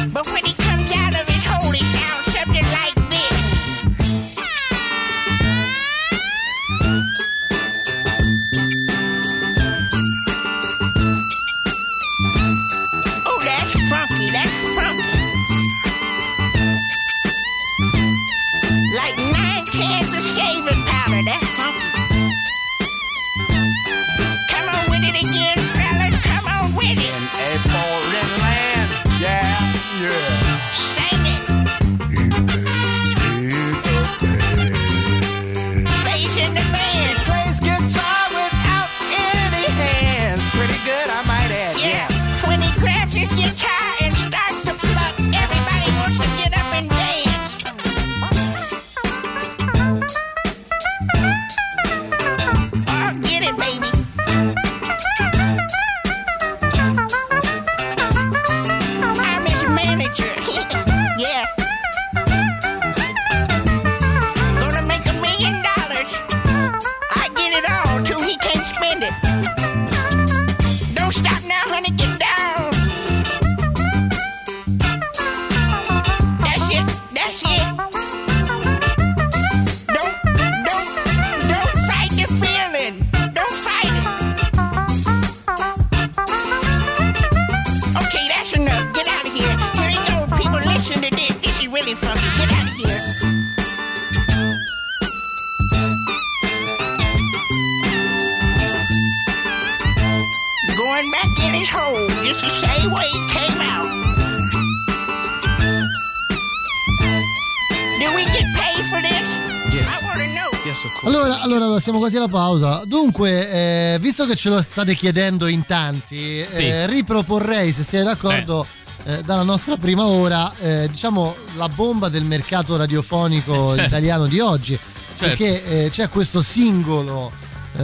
Allora, siamo quasi alla pausa. Dunque, visto che ce lo state chiedendo in tanti, riproporrei, se siete d'accordo, dalla nostra prima ora, diciamo, la bomba del mercato radiofonico italiano di oggi. Perché c'è questo singolo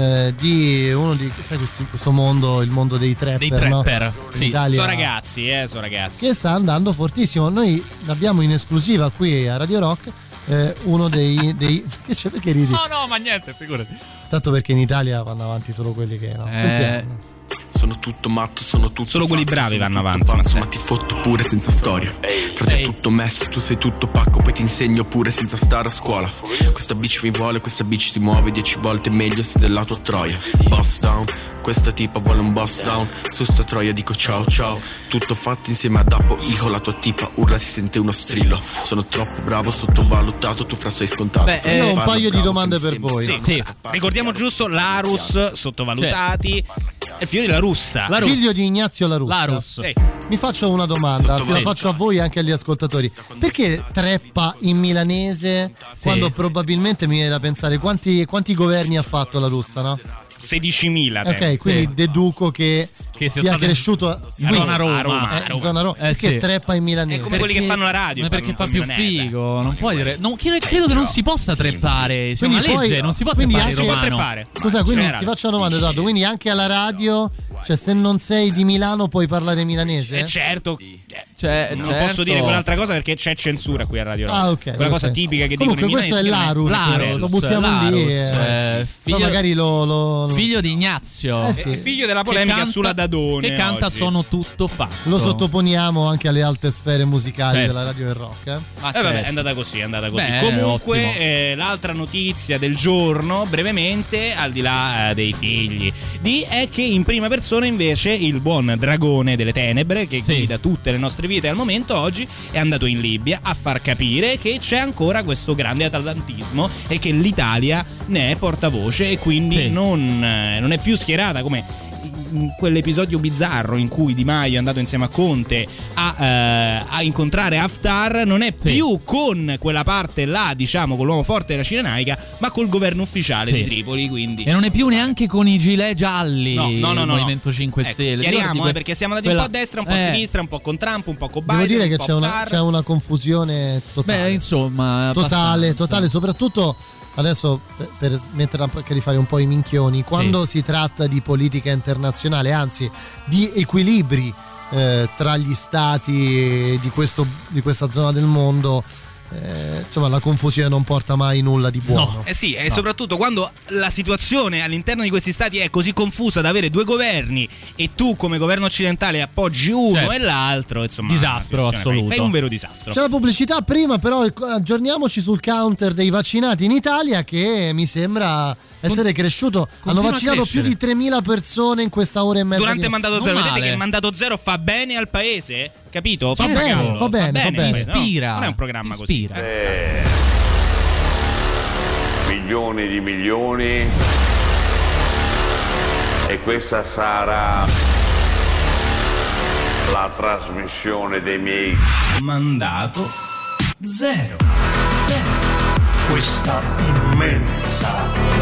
di uno di, sai, questo mondo, il mondo dei trapper, no? Sì. In Italia, sono ragazzi che sta andando fortissimo. Noi l'abbiamo in esclusiva qui a Radio Rock, uno dei perché ridi? No, ma niente, figurati. Tanto perché in Italia vanno avanti solo quelli che, no? Sentiamo. Sono tutto matto, sono tutto solo quelli bravi vanno avanti. Pazzo, ma ti fotto pure senza storia. Frate, tutto messo, tu sei tutto pacco, poi ti insegno pure senza stare a scuola. Questa bitch mi vuole, questa bitch si muove 10 volte meglio se della tua troia. Boss down, questa tipa vuole un boss down. Su sta troia dico ciao ciao. Tutto fatto insieme ad Appo, io la tua tipa urla, si sente uno strillo. Sono troppo bravo, sottovalutato, tu fra sei scontato. Ho un paio di domande per voi. Sì. Ricordiamo giusto Larus, sottovalutati. È il figlio della Russa. Figlio di Ignazio La Russa. Sì. Mi faccio una domanda, anzi la faccio a voi e anche agli ascoltatori. Perché treppa in milanese quando probabilmente mi viene da pensare quanti governi ha fatto La Russa, no? 16.000. Ok, quindi deduco che sia cresciuto in zona Roma. In zona Roma. Perché treppa in milanese? È come quelli che fanno la radio. Ma perché fa più figo. Non puoi dire. Credo che non si possa treppare. C'è una legge, non si può treppare in romano. Scusa, quindi ti faccio una domanda, esatto. Quindi anche alla radio, cioè se non sei di Milano puoi parlare milanese? Certo. Non posso dire quell'altra cosa perché c'è censura qui a Radio Rock. Quella cosa tipica che dicono i milanesi. Questo è Larus. Lo buttiamo lì. Magari figlio di Ignazio, figlio della polemica sulla Dadone, che canta oggi. Sono tutto fatto. Lo sottoponiamo anche alle alte sfere musicali della radio del rock. Vabbè, è andata così. Beh, comunque l'altra notizia del giorno, brevemente, al di là dei figli è che in prima persona invece il buon dragone delle tenebre, che guida tutte le nostre vite al momento, oggi è andato in Libia a far capire che c'è ancora questo grande atalantismo e che l'Italia ne è portavoce e quindi non è più schierata come in quell'episodio bizzarro in cui Di Maio è andato insieme a Conte a incontrare Haftar. Non è più con quella parte là, diciamo, con l'uomo forte della Cirenaica, ma col governo ufficiale di Tripoli, quindi. E non è più neanche con i gilet gialli. No. Movimento 5 Stelle. Chiariamo, perché siamo andati un po' a destra, un po' a sinistra, un po' con Trump, un po' con Biden. Devo dire che c'è una confusione totale. Beh, insomma, totale, soprattutto adesso per mettere anche di fare un po' i minchioni, quando si tratta di politica internazionale, anzi di equilibri tra gli stati di questa zona del mondo, insomma la confusione non porta mai nulla di buono. E soprattutto quando la situazione all'interno di questi stati è così confusa da avere due governi e tu come governo occidentale appoggi uno e l'altro, insomma, disastro assoluto. Fai un vero disastro. C'è la pubblicità prima, però aggiorniamoci sul counter dei vaccinati in Italia, che mi sembra essere cresciuto. Hanno vaccinato più di 3.000 persone in questa ora e mezza durante il mandato zero. Vedete che il mandato zero fa bene al paese? Capito? Fa bene. Ispira. Non è un programma così. Milioni di milioni. E questa sarà la trasmissione dei miei mandato zero. Questa immensa,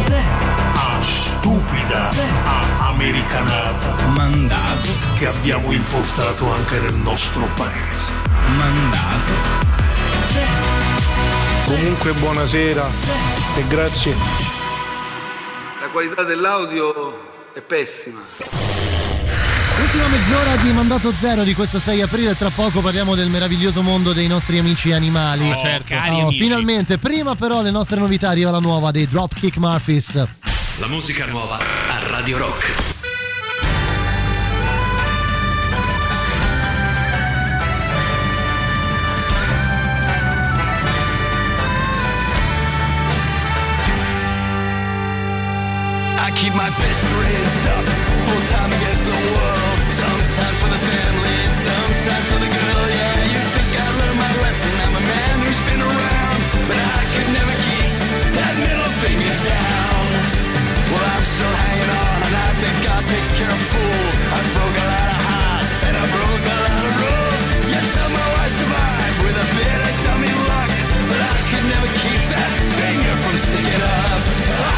stupida, americanata mandato che abbiamo importato anche nel nostro paese. Mandato zero. Comunque buonasera e grazie. La qualità dell'audio è pessima. Ultima mezz'ora di Mandato Zero di questo 6 aprile. Tra poco parliamo del meraviglioso mondo dei nostri amici animali. Cari amici. Finalmente. Prima però le nostre novità. Arriva la nuova dei Dropkick Murphys. La musica nuova a Radio Rock. I keep my fist raised up, full time against the world. Sometimes for the family and sometimes for the girl. Yeah, you think I learned my lesson? I'm a man who's been around, but I could never keep that middle finger down. Well, I'm still hanging on, and I think God takes care of fools. I broke a lot of hearts, and I broke a lot of rules. Yet somehow I survived with a bit of dummy luck, but I could never keep that finger from sticking up.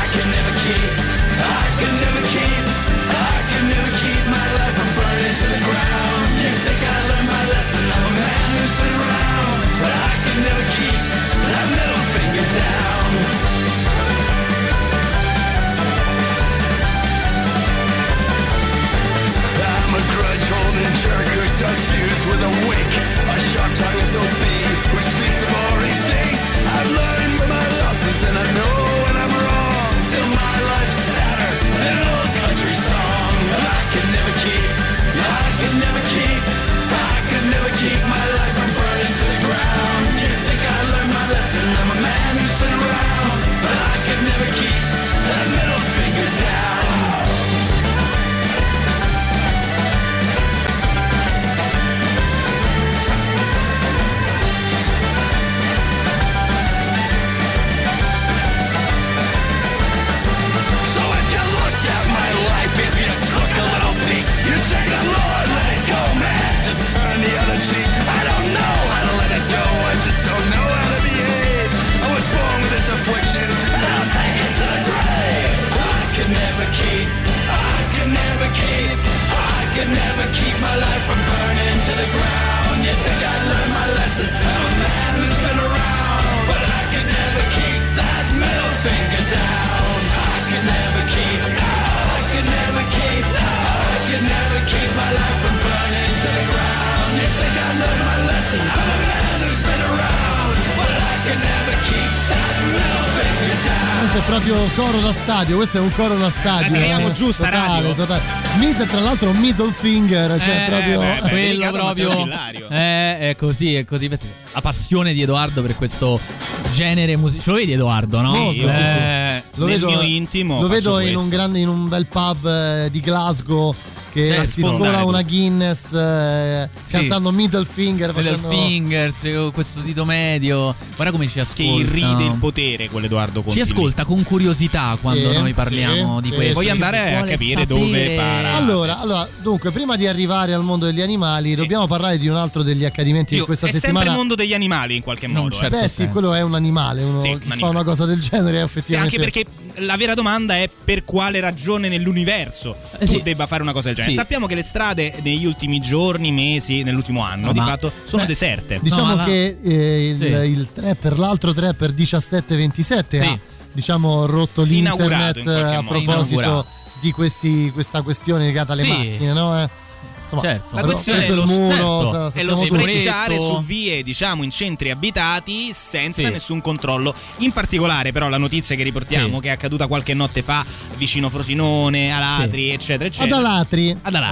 è proprio coro da stadio, questo è un coro da stadio. Tiriamo giù sta radio. Totale. Tra l'altro middle finger, cioè proprio quello proprio è così. La passione di Edoardo per questo genere musicale. Ce lo vedi Edoardo, no? Sì. Lo Nel vedo, mio intimo lo vedo in un bel pub di Glasgow che si scola una Guinness cantando Middle Finger, questo dito medio. Guarda come ci ascolta, che irride il potere quell'Edoardo Conti. Ci ascolta con curiosità quando noi parliamo di questo. Voglio andare a capire dove para. Allora, dunque, prima di arrivare al mondo degli animali, dobbiamo parlare di un altro degli accadimenti di questa settimana. È sempre il mondo degli animali in qualche modo. Quello è un animale, che fa una cosa del genere effettivamente. Anche perché la vera domanda è per quale ragione nell'universo tu debba fare una cosa del genere. Sappiamo che le strade negli ultimi giorni, mesi, nell'ultimo anno di fatto sono deserte. Diciamo che il trapper, l'altro trapper 1727 ha rotto l'internet a proposito di questa questione legata alle macchine, no? Insomma, certo. La questione è lo muro, è lo sfrecciare su vie, diciamo, in centri abitati senza nessun controllo. In particolare, però, la notizia che riportiamo, che è accaduta qualche notte fa vicino Frosinone, Alatri, eccetera. Ad Alatri.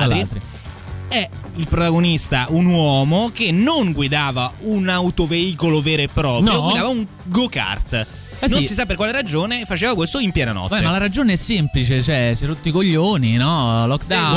È il protagonista un uomo che non guidava un autoveicolo vero e proprio, guidava un go-kart. Non si sa per quale ragione faceva questo in piena notte. Ma la ragione è semplice, cioè si è rotti i coglioni, no? Lockdown,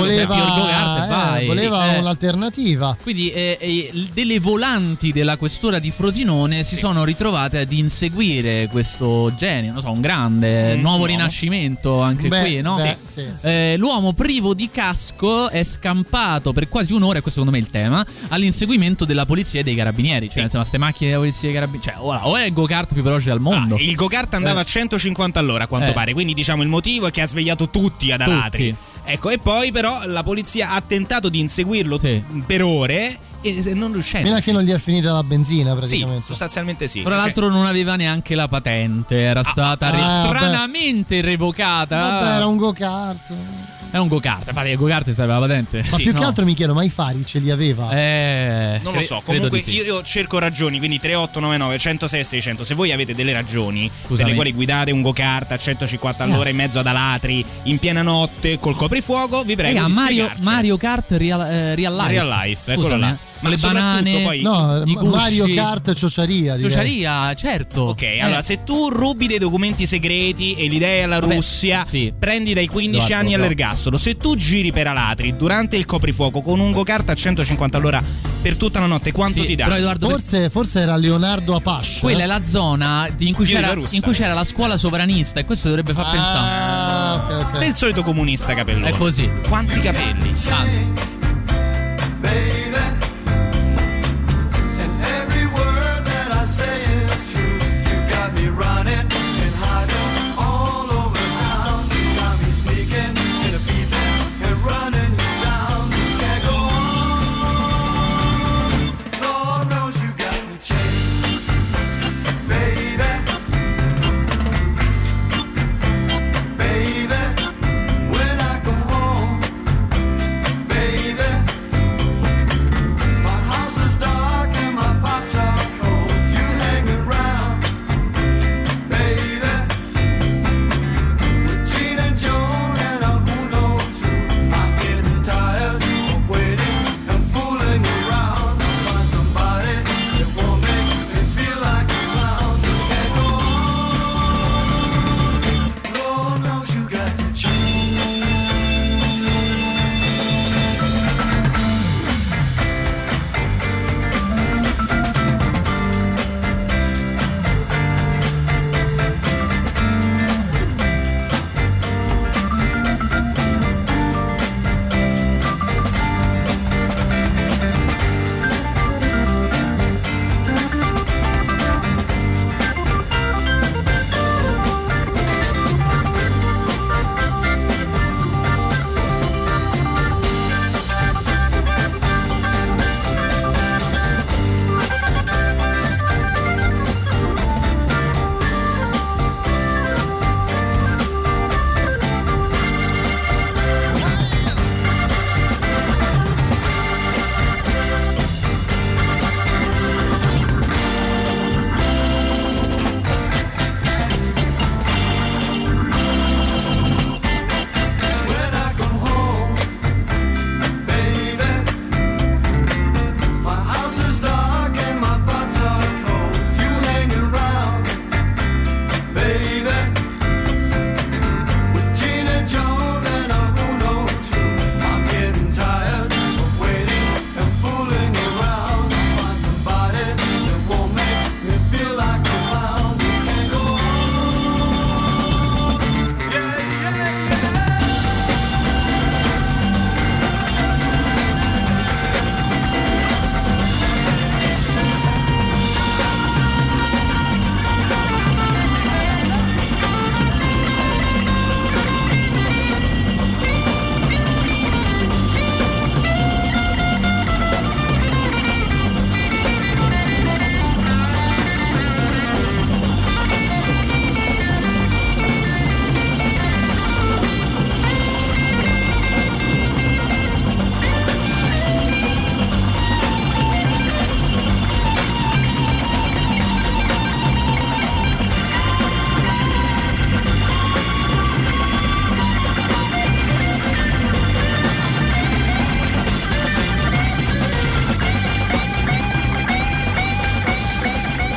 voleva un'alternativa. Quindi delle volanti della questura di Frosinone si sono ritrovate ad inseguire questo genio, non so, un grande nuovo rinascimento anche qui, no? L'uomo privo di casco è scampato per quasi un'ora, e questo secondo me è il tema, all'inseguimento della polizia e dei carabinieri. Cioè, insomma, ste macchine della polizia e dei carabinieri, cioè, o è il go-kart più veloce al mondo. Il go-kart andava a 150 all'ora a quanto pare, quindi diciamo il motivo è che ha svegliato tutti ad Alatri. Ecco, e poi però la polizia ha tentato di inseguirlo per ore e non riuscendo. Fino a che non gli è finita la benzina praticamente. Sì, sostanzialmente sì. Tra l'altro non aveva neanche la patente, era stata stranamente revocata. Vabbè, era un go-kart. È un go-kart, infatti il go-kart serve la patente. Ma più che altro mi chiedo, ma i fari ce li aveva? Non lo so, comunque io cerco ragioni, quindi 3899 106 600. Se voi avete delle ragioni per le quali guidare un go-kart a 150 all'ora in mezzo ad Alatri in piena notte col coprifuoco, vi prego di spiegarci. Mario Kart Real Life. Real Life, eccolo là. Ma le banane, poi Mario Kart ciociaria, certo. Ok, allora se tu rubi dei documenti segreti e li dai alla Russia, prendi dai 15 anni all'ergastolo. Se tu giri per Alatri durante il coprifuoco con un go-kart a 150 all'ora per tutta la notte, quanto ti dà? Forse era Leonardo Apache. Quella è la zona in cui c'era la scuola sovranista, e questo dovrebbe far pensare. Okay. Sei il solito comunista capellone. È così. Quanti capelli?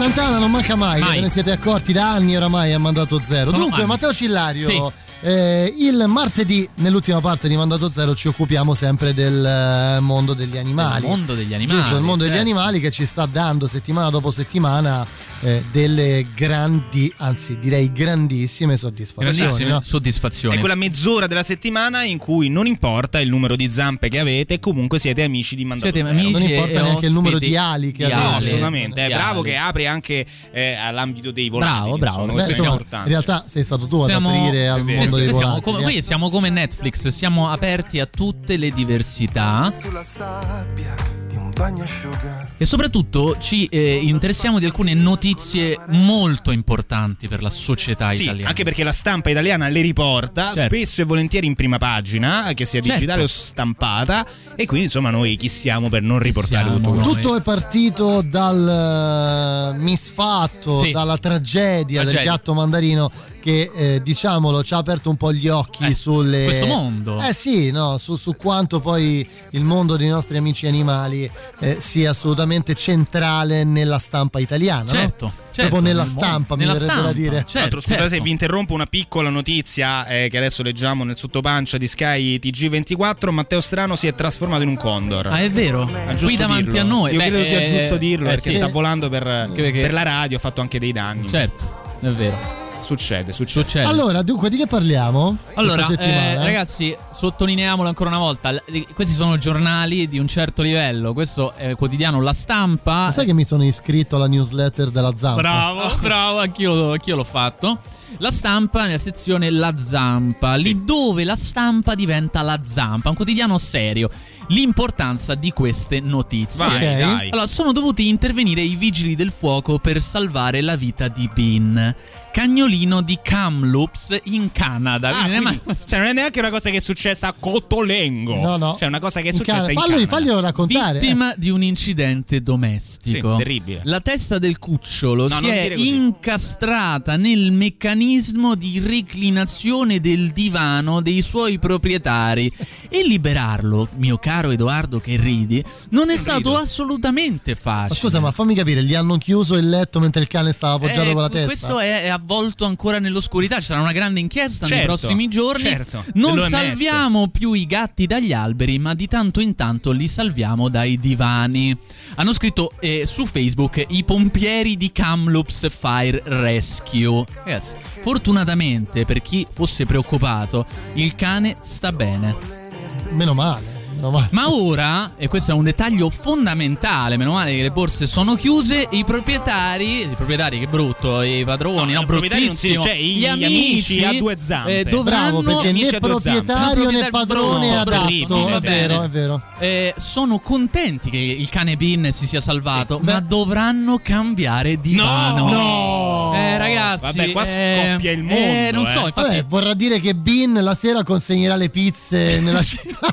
Santana non manca mai. Ve ne siete accorti, da anni oramai ha mandato zero. Dunque anni. Matteo Cillario, sì. Il martedì nell'ultima parte di Mandato Zero ci occupiamo sempre del mondo degli animali. Il mondo degli animali. Giusto, il mondo degli animali che ci sta dando settimana dopo settimana delle grandi, anzi direi grandissime soddisfazioni. No? Soddisfazioni. È quella mezz'ora della settimana in cui non importa il numero di zampe che avete, comunque siete amici di Mandato Zero. Non importa neanche il numero di ali che avete. No, assolutamente. È bravo che apre anche all'ambito dei volatili. Bravo. Insomma, in realtà sei stato tu ad aprire al mondo dei volatili. Siamo come Netflix, siamo aperti a tutte le diversità. Sulla sabbia di un bagnasciuga. E soprattutto ci interessiamo di alcune notizie molto importanti per la società italiana. Anche perché la stampa italiana le riporta spesso e volentieri in prima pagina, che sia digitale o stampata, e quindi insomma noi chi siamo per non riportare tutto è partito dal misfatto, dalla tragedia del gatto mandarino che diciamolo ci ha aperto un po' gli occhi sulle questo mondo. Su quanto poi il mondo dei nostri amici animali sia assolutamente centrale nella stampa italiana, certo. Proprio nella stampa, mi verrebbe da dire. Scusate se vi interrompo, una piccola notizia che adesso leggiamo nel sottopancia di Sky TG24. Matteo Strano si è trasformato in un condor. Ah, è vero? Qui davanti a noi. Io credo sia giusto dirlo perché sì. sta volando per la radio, ha fatto anche dei danni. Certo, è vero. Succede. Allora, dunque, di che parliamo? Allora, questa settimana? ragazzi, sottolineiamolo ancora una volta. Questi sono giornali di un certo livello. Questo è quotidiano La Stampa. Ma sai che mi sono iscritto alla newsletter della Zampa? Bravo, anch'io l'ho fatto. La Stampa nella sezione La Zampa, lì dove la stampa diventa la zampa, un quotidiano serio. L'importanza di queste notizie. Dai. Allora, sono dovuti intervenire i vigili del fuoco per salvare la vita di Bean, cagnolino di Kamloops in Canada. Non è neanche una cosa che è successa a Cotolengo. No. Cioè una cosa che è successa in Canada. Faglielo raccontare. Vittima di un incidente domestico. Terribile. La testa del cucciolo si è incastrata nel meccanismo di reclinazione del divano dei suoi proprietari e liberarlo, mio caro Edoardo che ridi, non è stato assolutamente facile. Ma scusa, ma fammi capire, gli hanno chiuso il letto mentre il cane stava appoggiato con la testa? Questo è avvolto ancora nell'oscurità. Ci sarà una grande inchiesta nei prossimi giorni. Non salviamo più i gatti dagli alberi, ma di tanto in tanto li salviamo dai divani. Hanno scritto su Facebook i pompieri di Kamloops Fire Rescue. Ragazzi, fortunatamente per chi fosse preoccupato, il cane sta bene. Meno male. Ma ora, e questo è un dettaglio fondamentale, meno male che le borse sono chiuse, i proprietari che brutto, i padroni, bruttissimo, gli amici a due zampe. Bravo, perché né proprietario né padrone è adatto. È vero. Sono contenti che il cane Bean si sia salvato, ma dovranno cambiare divano. No! Ragazzi, vabbè, qua scoppia il mondo. Non so, infatti. Vorrà dire che Bean la sera consegnerà le pizze nella città.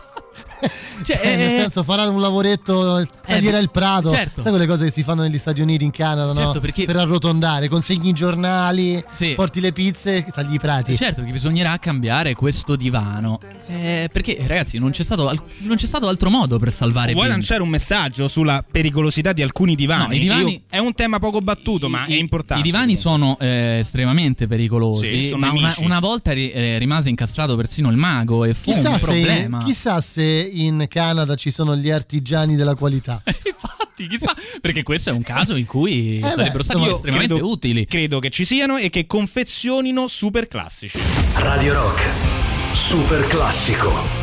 Nel senso, farà un lavoretto, taglierà il prato, certo. Sai quelle cose che si fanno negli Stati Uniti, in Canada, certo, no? Perché per arrotondare, consegni i giornali, porti le pizze, tagli i prati. Certo, perché bisognerà cambiare questo divano, perché ragazzi non c'è stato altro modo per salvare Vuoi Bean. lanciare un messaggio sulla pericolosità di alcuni divani? No, i divani è un tema poco battuto, ma è importante. I divani sono estremamente pericolosi, sono ma una volta rimase incastrato persino il mago e fu un problema. Chissà se in Canada ci sono gli artigiani della qualità. Infatti, chissà, perché questo è un caso in cui sarebbero stati estremamente utili. Credo che ci siano e che confezionino super classici. Radio Rock, super classico.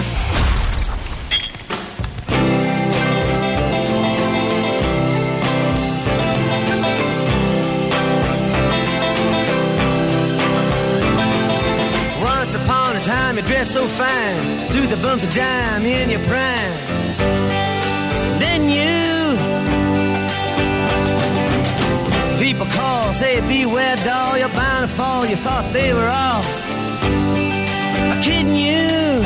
Once upon a time you dressed so fine, threw the bumps of dime in your prime. Then you people call, say beware doll, you're bound to fall. You thought they were all kidding you.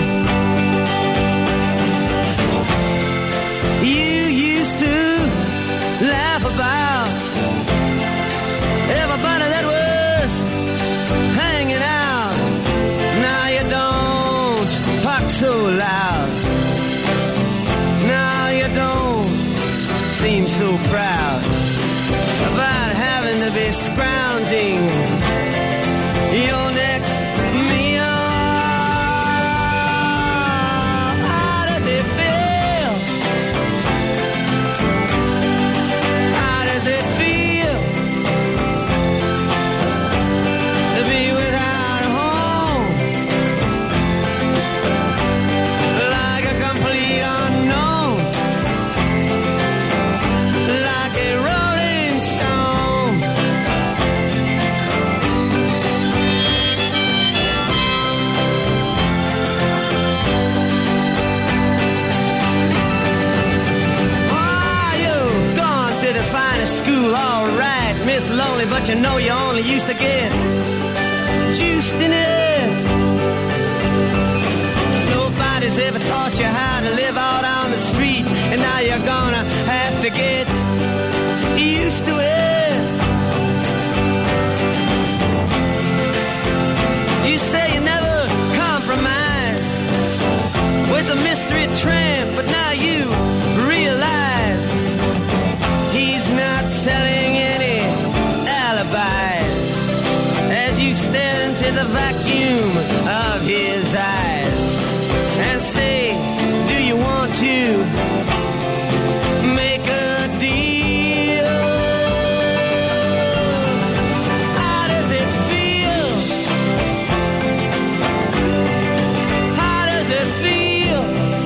You used to laugh about everybody that was hanging out. Now you don't talk so loud. Now you don't seem so proud about to be scrounging your next meal. How does it feel? How does it feel to be without a home? Like a complete unknown, like a rolling stone. Oh, you've gone to the finest school, all right, Miss Lonely, but you know you only used to get juiced in it. Nobody's ever taught you how to live out on the street, and now you're gonna have to get used to it. You say you never compromise with a mystery tramp, but now you realize he's not selling any alibis as you stare into the vacuum of his eyes and say, do you want to make a deal? How does it feel? How does it feel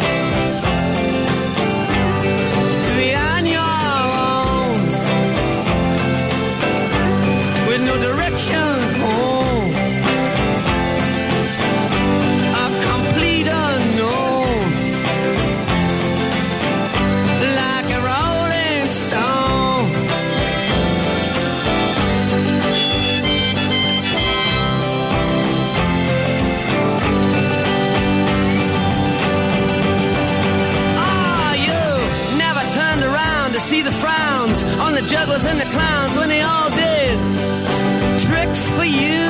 to be on your own with no direction home? A complete unknown, like a rolling stone. Ah, you never turned around to see the frowns on the jugglers and the clowns when they all did tricks for you.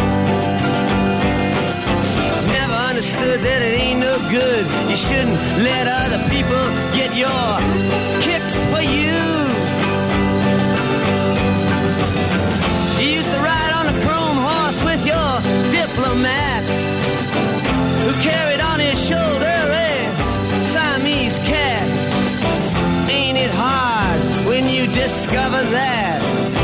Never understood that it ain't no good. You shouldn't let other people get your kicks for you. You used to ride on a chrome horse with your diplomat, who carried on his shoulder a Siamese cat. Ain't it hard when you discover that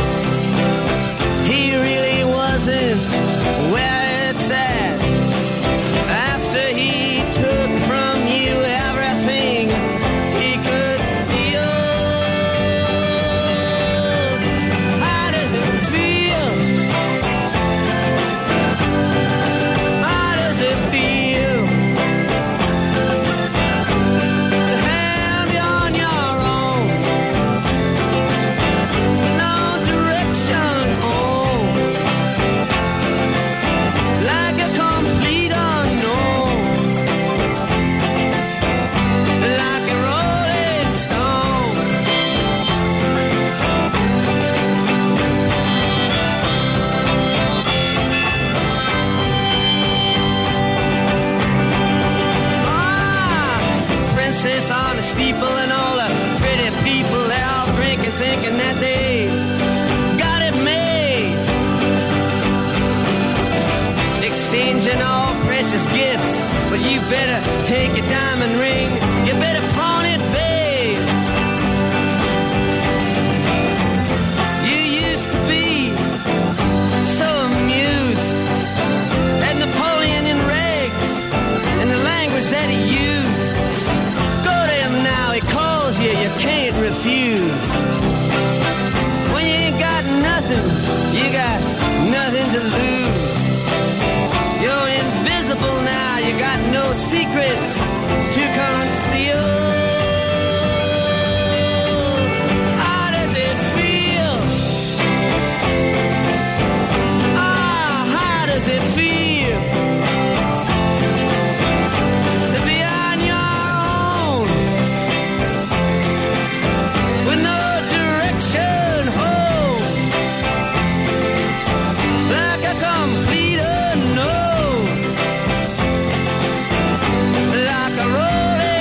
he really wasn't where it's at? After he took from you everything he could steal. How does it feel? How does it feel to have you on your own, with no direction home, like a complete unknown, like a rolling stone? Princess on a steeple and all the pretty people, they're all drinking, thinking that they got it made, exchanging all precious gifts. But you better take your diamond ring, you better pawn it, babe. You used to be so amused at Napoleon and Regs and the language that he used. Go to him now, he calls you, you can't refuse. When you ain't got nothing, you got nothing to lose. You're invisible now, you got no secrets to conceal. How does it feel? Ah, how does it feel to be on your own, with no direction home, like a complete unknown, like a rolling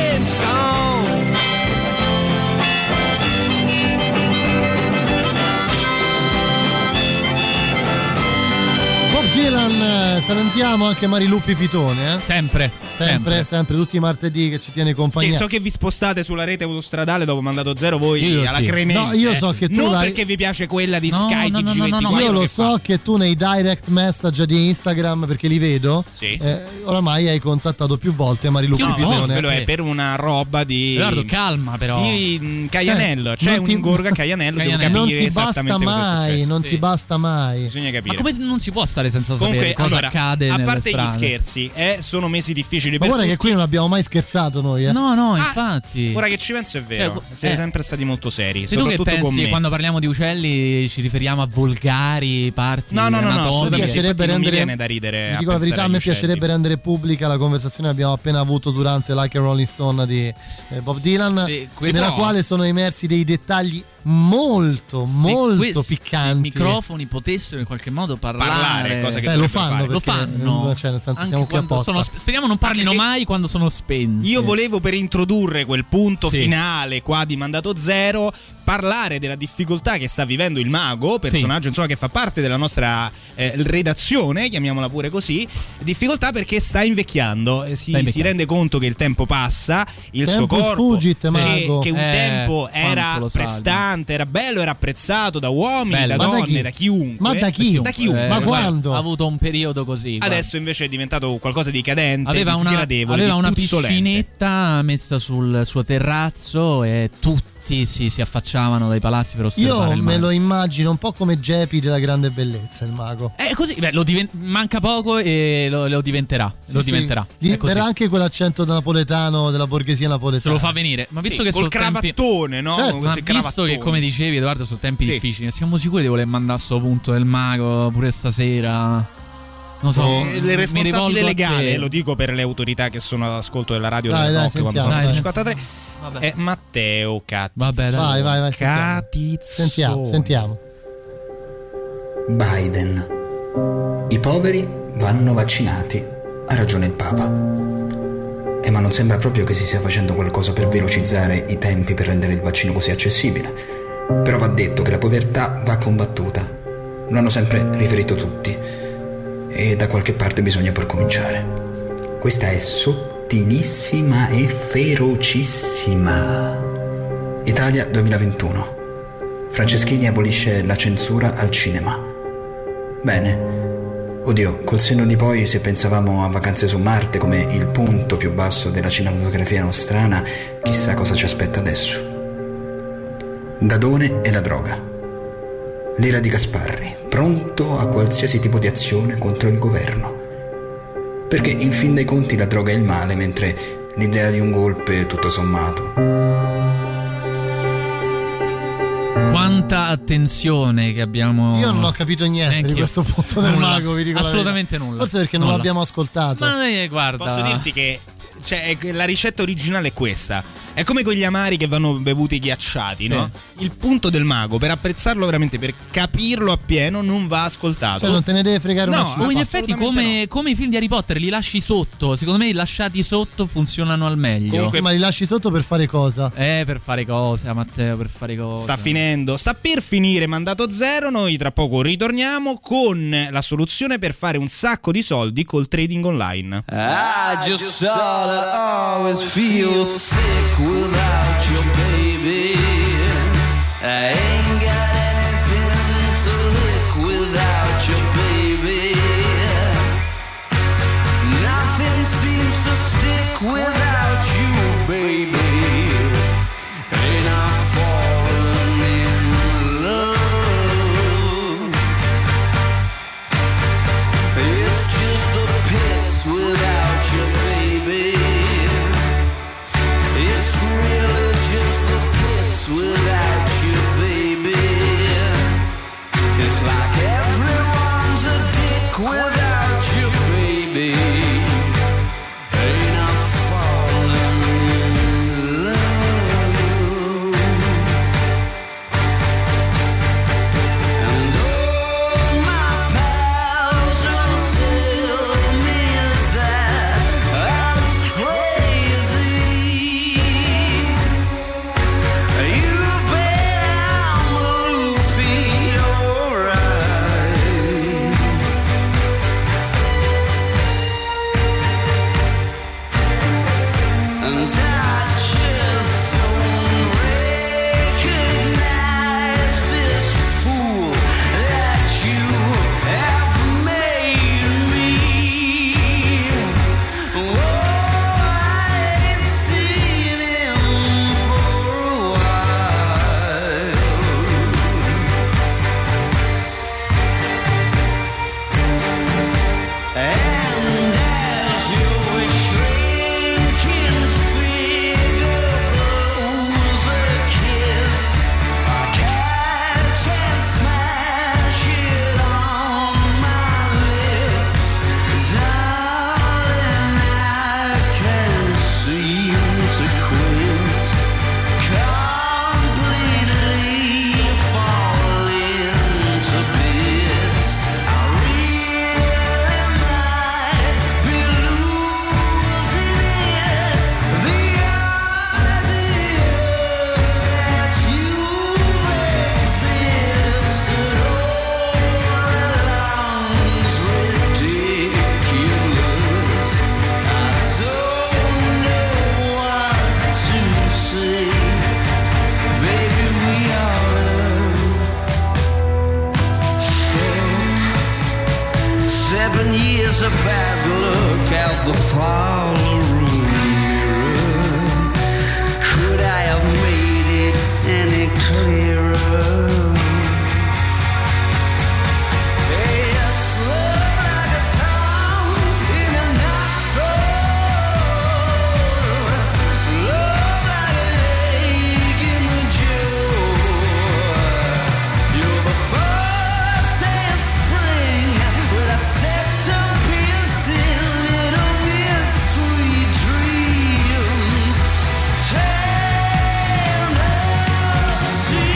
salutiamo anche Mariluppi Pitone, Sempre, tutti i martedì che ci tiene compagnia. Che so che vi spostate sulla rete autostradale dopo mandato zero voi io alla sì. cremetta. No, io so che tu non perché vi piace quella di Sky TG24. No, io lo so che tu nei direct message di Instagram, perché li vedo, oramai hai contattato più volte Mariluppi Pitone. Quello è per una roba di Edoardo, calma però. Di Caianello, c'è un ingorgo a Caianello, devo capire non ti esattamente cosa è successo. Non ti basta mai. Bisogna capire. Ma come non si può stare senza sapere cosa accade a nelle parte strade? Gli scherzi, sono mesi difficili ma per guarda tutti. che qui non abbiamo mai scherzato noi, No, infatti. Ora che ci penso è vero, siete sempre stati molto seri, Se tu che soprattutto con pensi me. quando parliamo di uccelli ci riferiamo a volgari parti anatomiche? Mi piacerebbe non mi rendere, viene da ridere. dico la verità, a me piacerebbe rendere pubblica la conversazione che abbiamo appena avuto durante Like a Rolling Stone di Bob Dylan, nella quale sono emersi dei dettagli molto piccanti. I microfoni potessero in qualche modo parlare, cosa che lo fanno, lo fanno, cioè nel senso siamo qui apposta. Speriamo non parlino mai quando sono spenti. Io volevo, per introdurre quel punto finale qua di Mandato Zero, parlare della difficoltà che sta vivendo il mago, personaggio insomma che fa parte della nostra redazione, chiamiamola pure così. Difficoltà perché sta invecchiando, si rende conto che il tempo passa, il suo corpo che un tempo era prestante, era bello, era apprezzato da uomini, da donne, da chiunque. Ma da chi? Ma quando? Ha avuto un periodo così. Adesso invece è diventato qualcosa di cadente, aveva di sgradevole, aveva una puzzolente. piscinetta messa sul suo terrazzo e tutti si affacciavano dai palazzi per osservare. Io me lo immagino un po' come Geppi della Grande Bellezza, il mago. È così, manca poco e lo diventerà. Verrà anche quell'accento napoletano della borghesia napoletana. Se lo fa venire. Ma visto che col cravattone, no? Certo, ma visto che, come dicevi Edoardo, sono tempi difficili, siamo sicuri di voler mandare a sto punto del mago pure stasera? Non so, il responsabile legale, lo dico per le autorità che sono all'ascolto della radio della Rock quando sono alle 53. È Matteo Catizzo. Vabbè, vai. Catizzo. Sentiamo. Biden. I poveri vanno vaccinati. Ha ragione il Papa. Ma non sembra proprio che si stia facendo qualcosa per velocizzare i tempi per rendere il vaccino così accessibile. Però va detto che la povertà va combattuta. Lo hanno sempre riferito tutti. E da qualche parte bisogna pur cominciare. Questa è sottilissima e ferocissima. Italia 2021. Franceschini abolisce la censura al cinema. Bene. Oddio, col senno di poi, se pensavamo a Vacanze su Marte come il punto più basso della cinematografia nostrana, chissà cosa ci aspetta adesso. Dadone e la droga. L'era di Gasparri, pronto a qualsiasi tipo di azione contro il governo. Perché in fin dei conti la droga è il male, mentre l'idea di un golpe è tutto sommato. Quanta attenzione che abbiamo. Io non ho capito niente di questo punto del mago, vi dico assolutamente nulla. Forse perché non l'abbiamo ascoltato. Ma guarda, posso dirti che la ricetta originale è questa. È come con gli amari che vanno bevuti ghiacciati, no? Il punto del mago, per apprezzarlo veramente, per capirlo appieno, non va ascoltato. Cioè non te ne deve fregare una in effetti come i film di Harry Potter, li lasci sotto. Secondo me lasciati sotto funzionano al meglio. Comunque, ma li lasci sotto per fare cosa? Per fare cosa, Matteo, per fare cosa. Sta finendo, sta per finire Mandato Zero. Noi tra poco ritorniamo con la soluzione per fare un sacco di soldi col trading online. I just thought I always feel sick without you, baby. I ain't got anything to lick without you, baby. Nothing seems to stick without you, baby. Ain't I fallen in love? It's just the pits without you, baby. It's 7 years of bad luck out the parlor room mirror. Could I have made it any clearer? It's love like a town in a nostril. Love like an egg in the jaw. You're the first day of spring with a septum piercing little miss sweet dreams. Tender sea.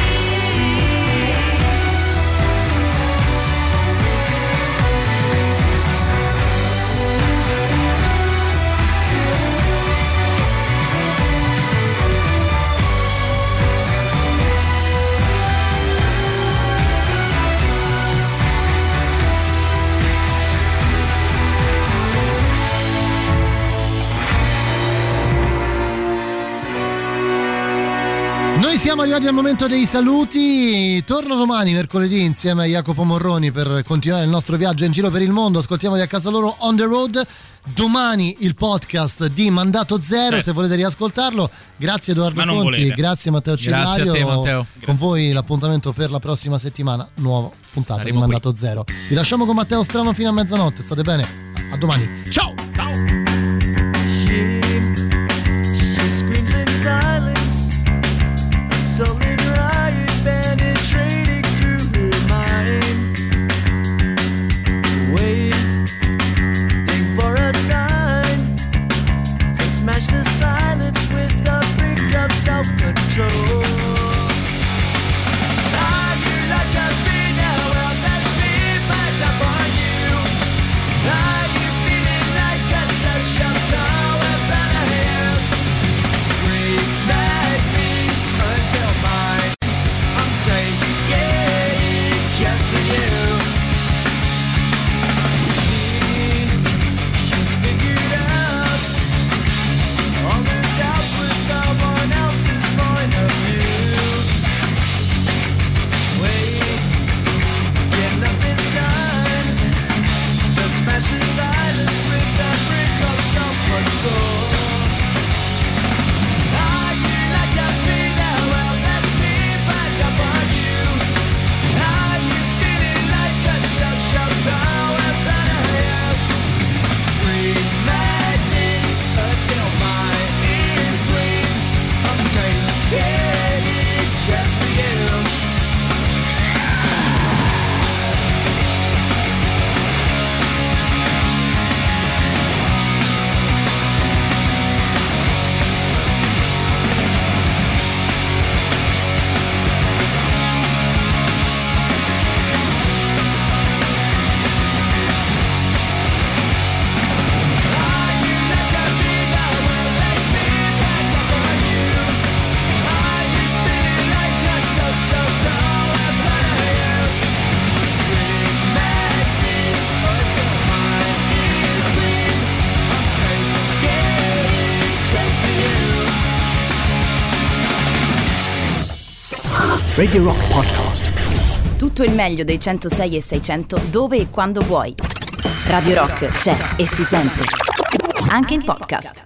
Noi siamo arrivati al momento dei saluti. Torno domani, mercoledì, insieme a Jacopo Morroni per continuare il nostro viaggio in giro per il mondo. Ascoltiamoli a casa loro on the road. Domani il podcast di Mandato Zero, se volete riascoltarlo. Grazie Edoardo Conti, volete. Grazie Matteo Cillario. Grazie a te, Matteo. Con voi l'appuntamento per la prossima settimana, nuova puntata Saremo di Mandato Zero. Vi lasciamo con Matteo Strano fino a mezzanotte. State bene? A domani. Ciao! She screams in silence, a sullen riot penetrating through her mind. Waiting for a sign to smash the silence with a brick of self-control. Radio Rock Podcast. Tutto il meglio dei 106 e 600 dove e quando vuoi. Radio Rock c'è e si sente. Anche in podcast.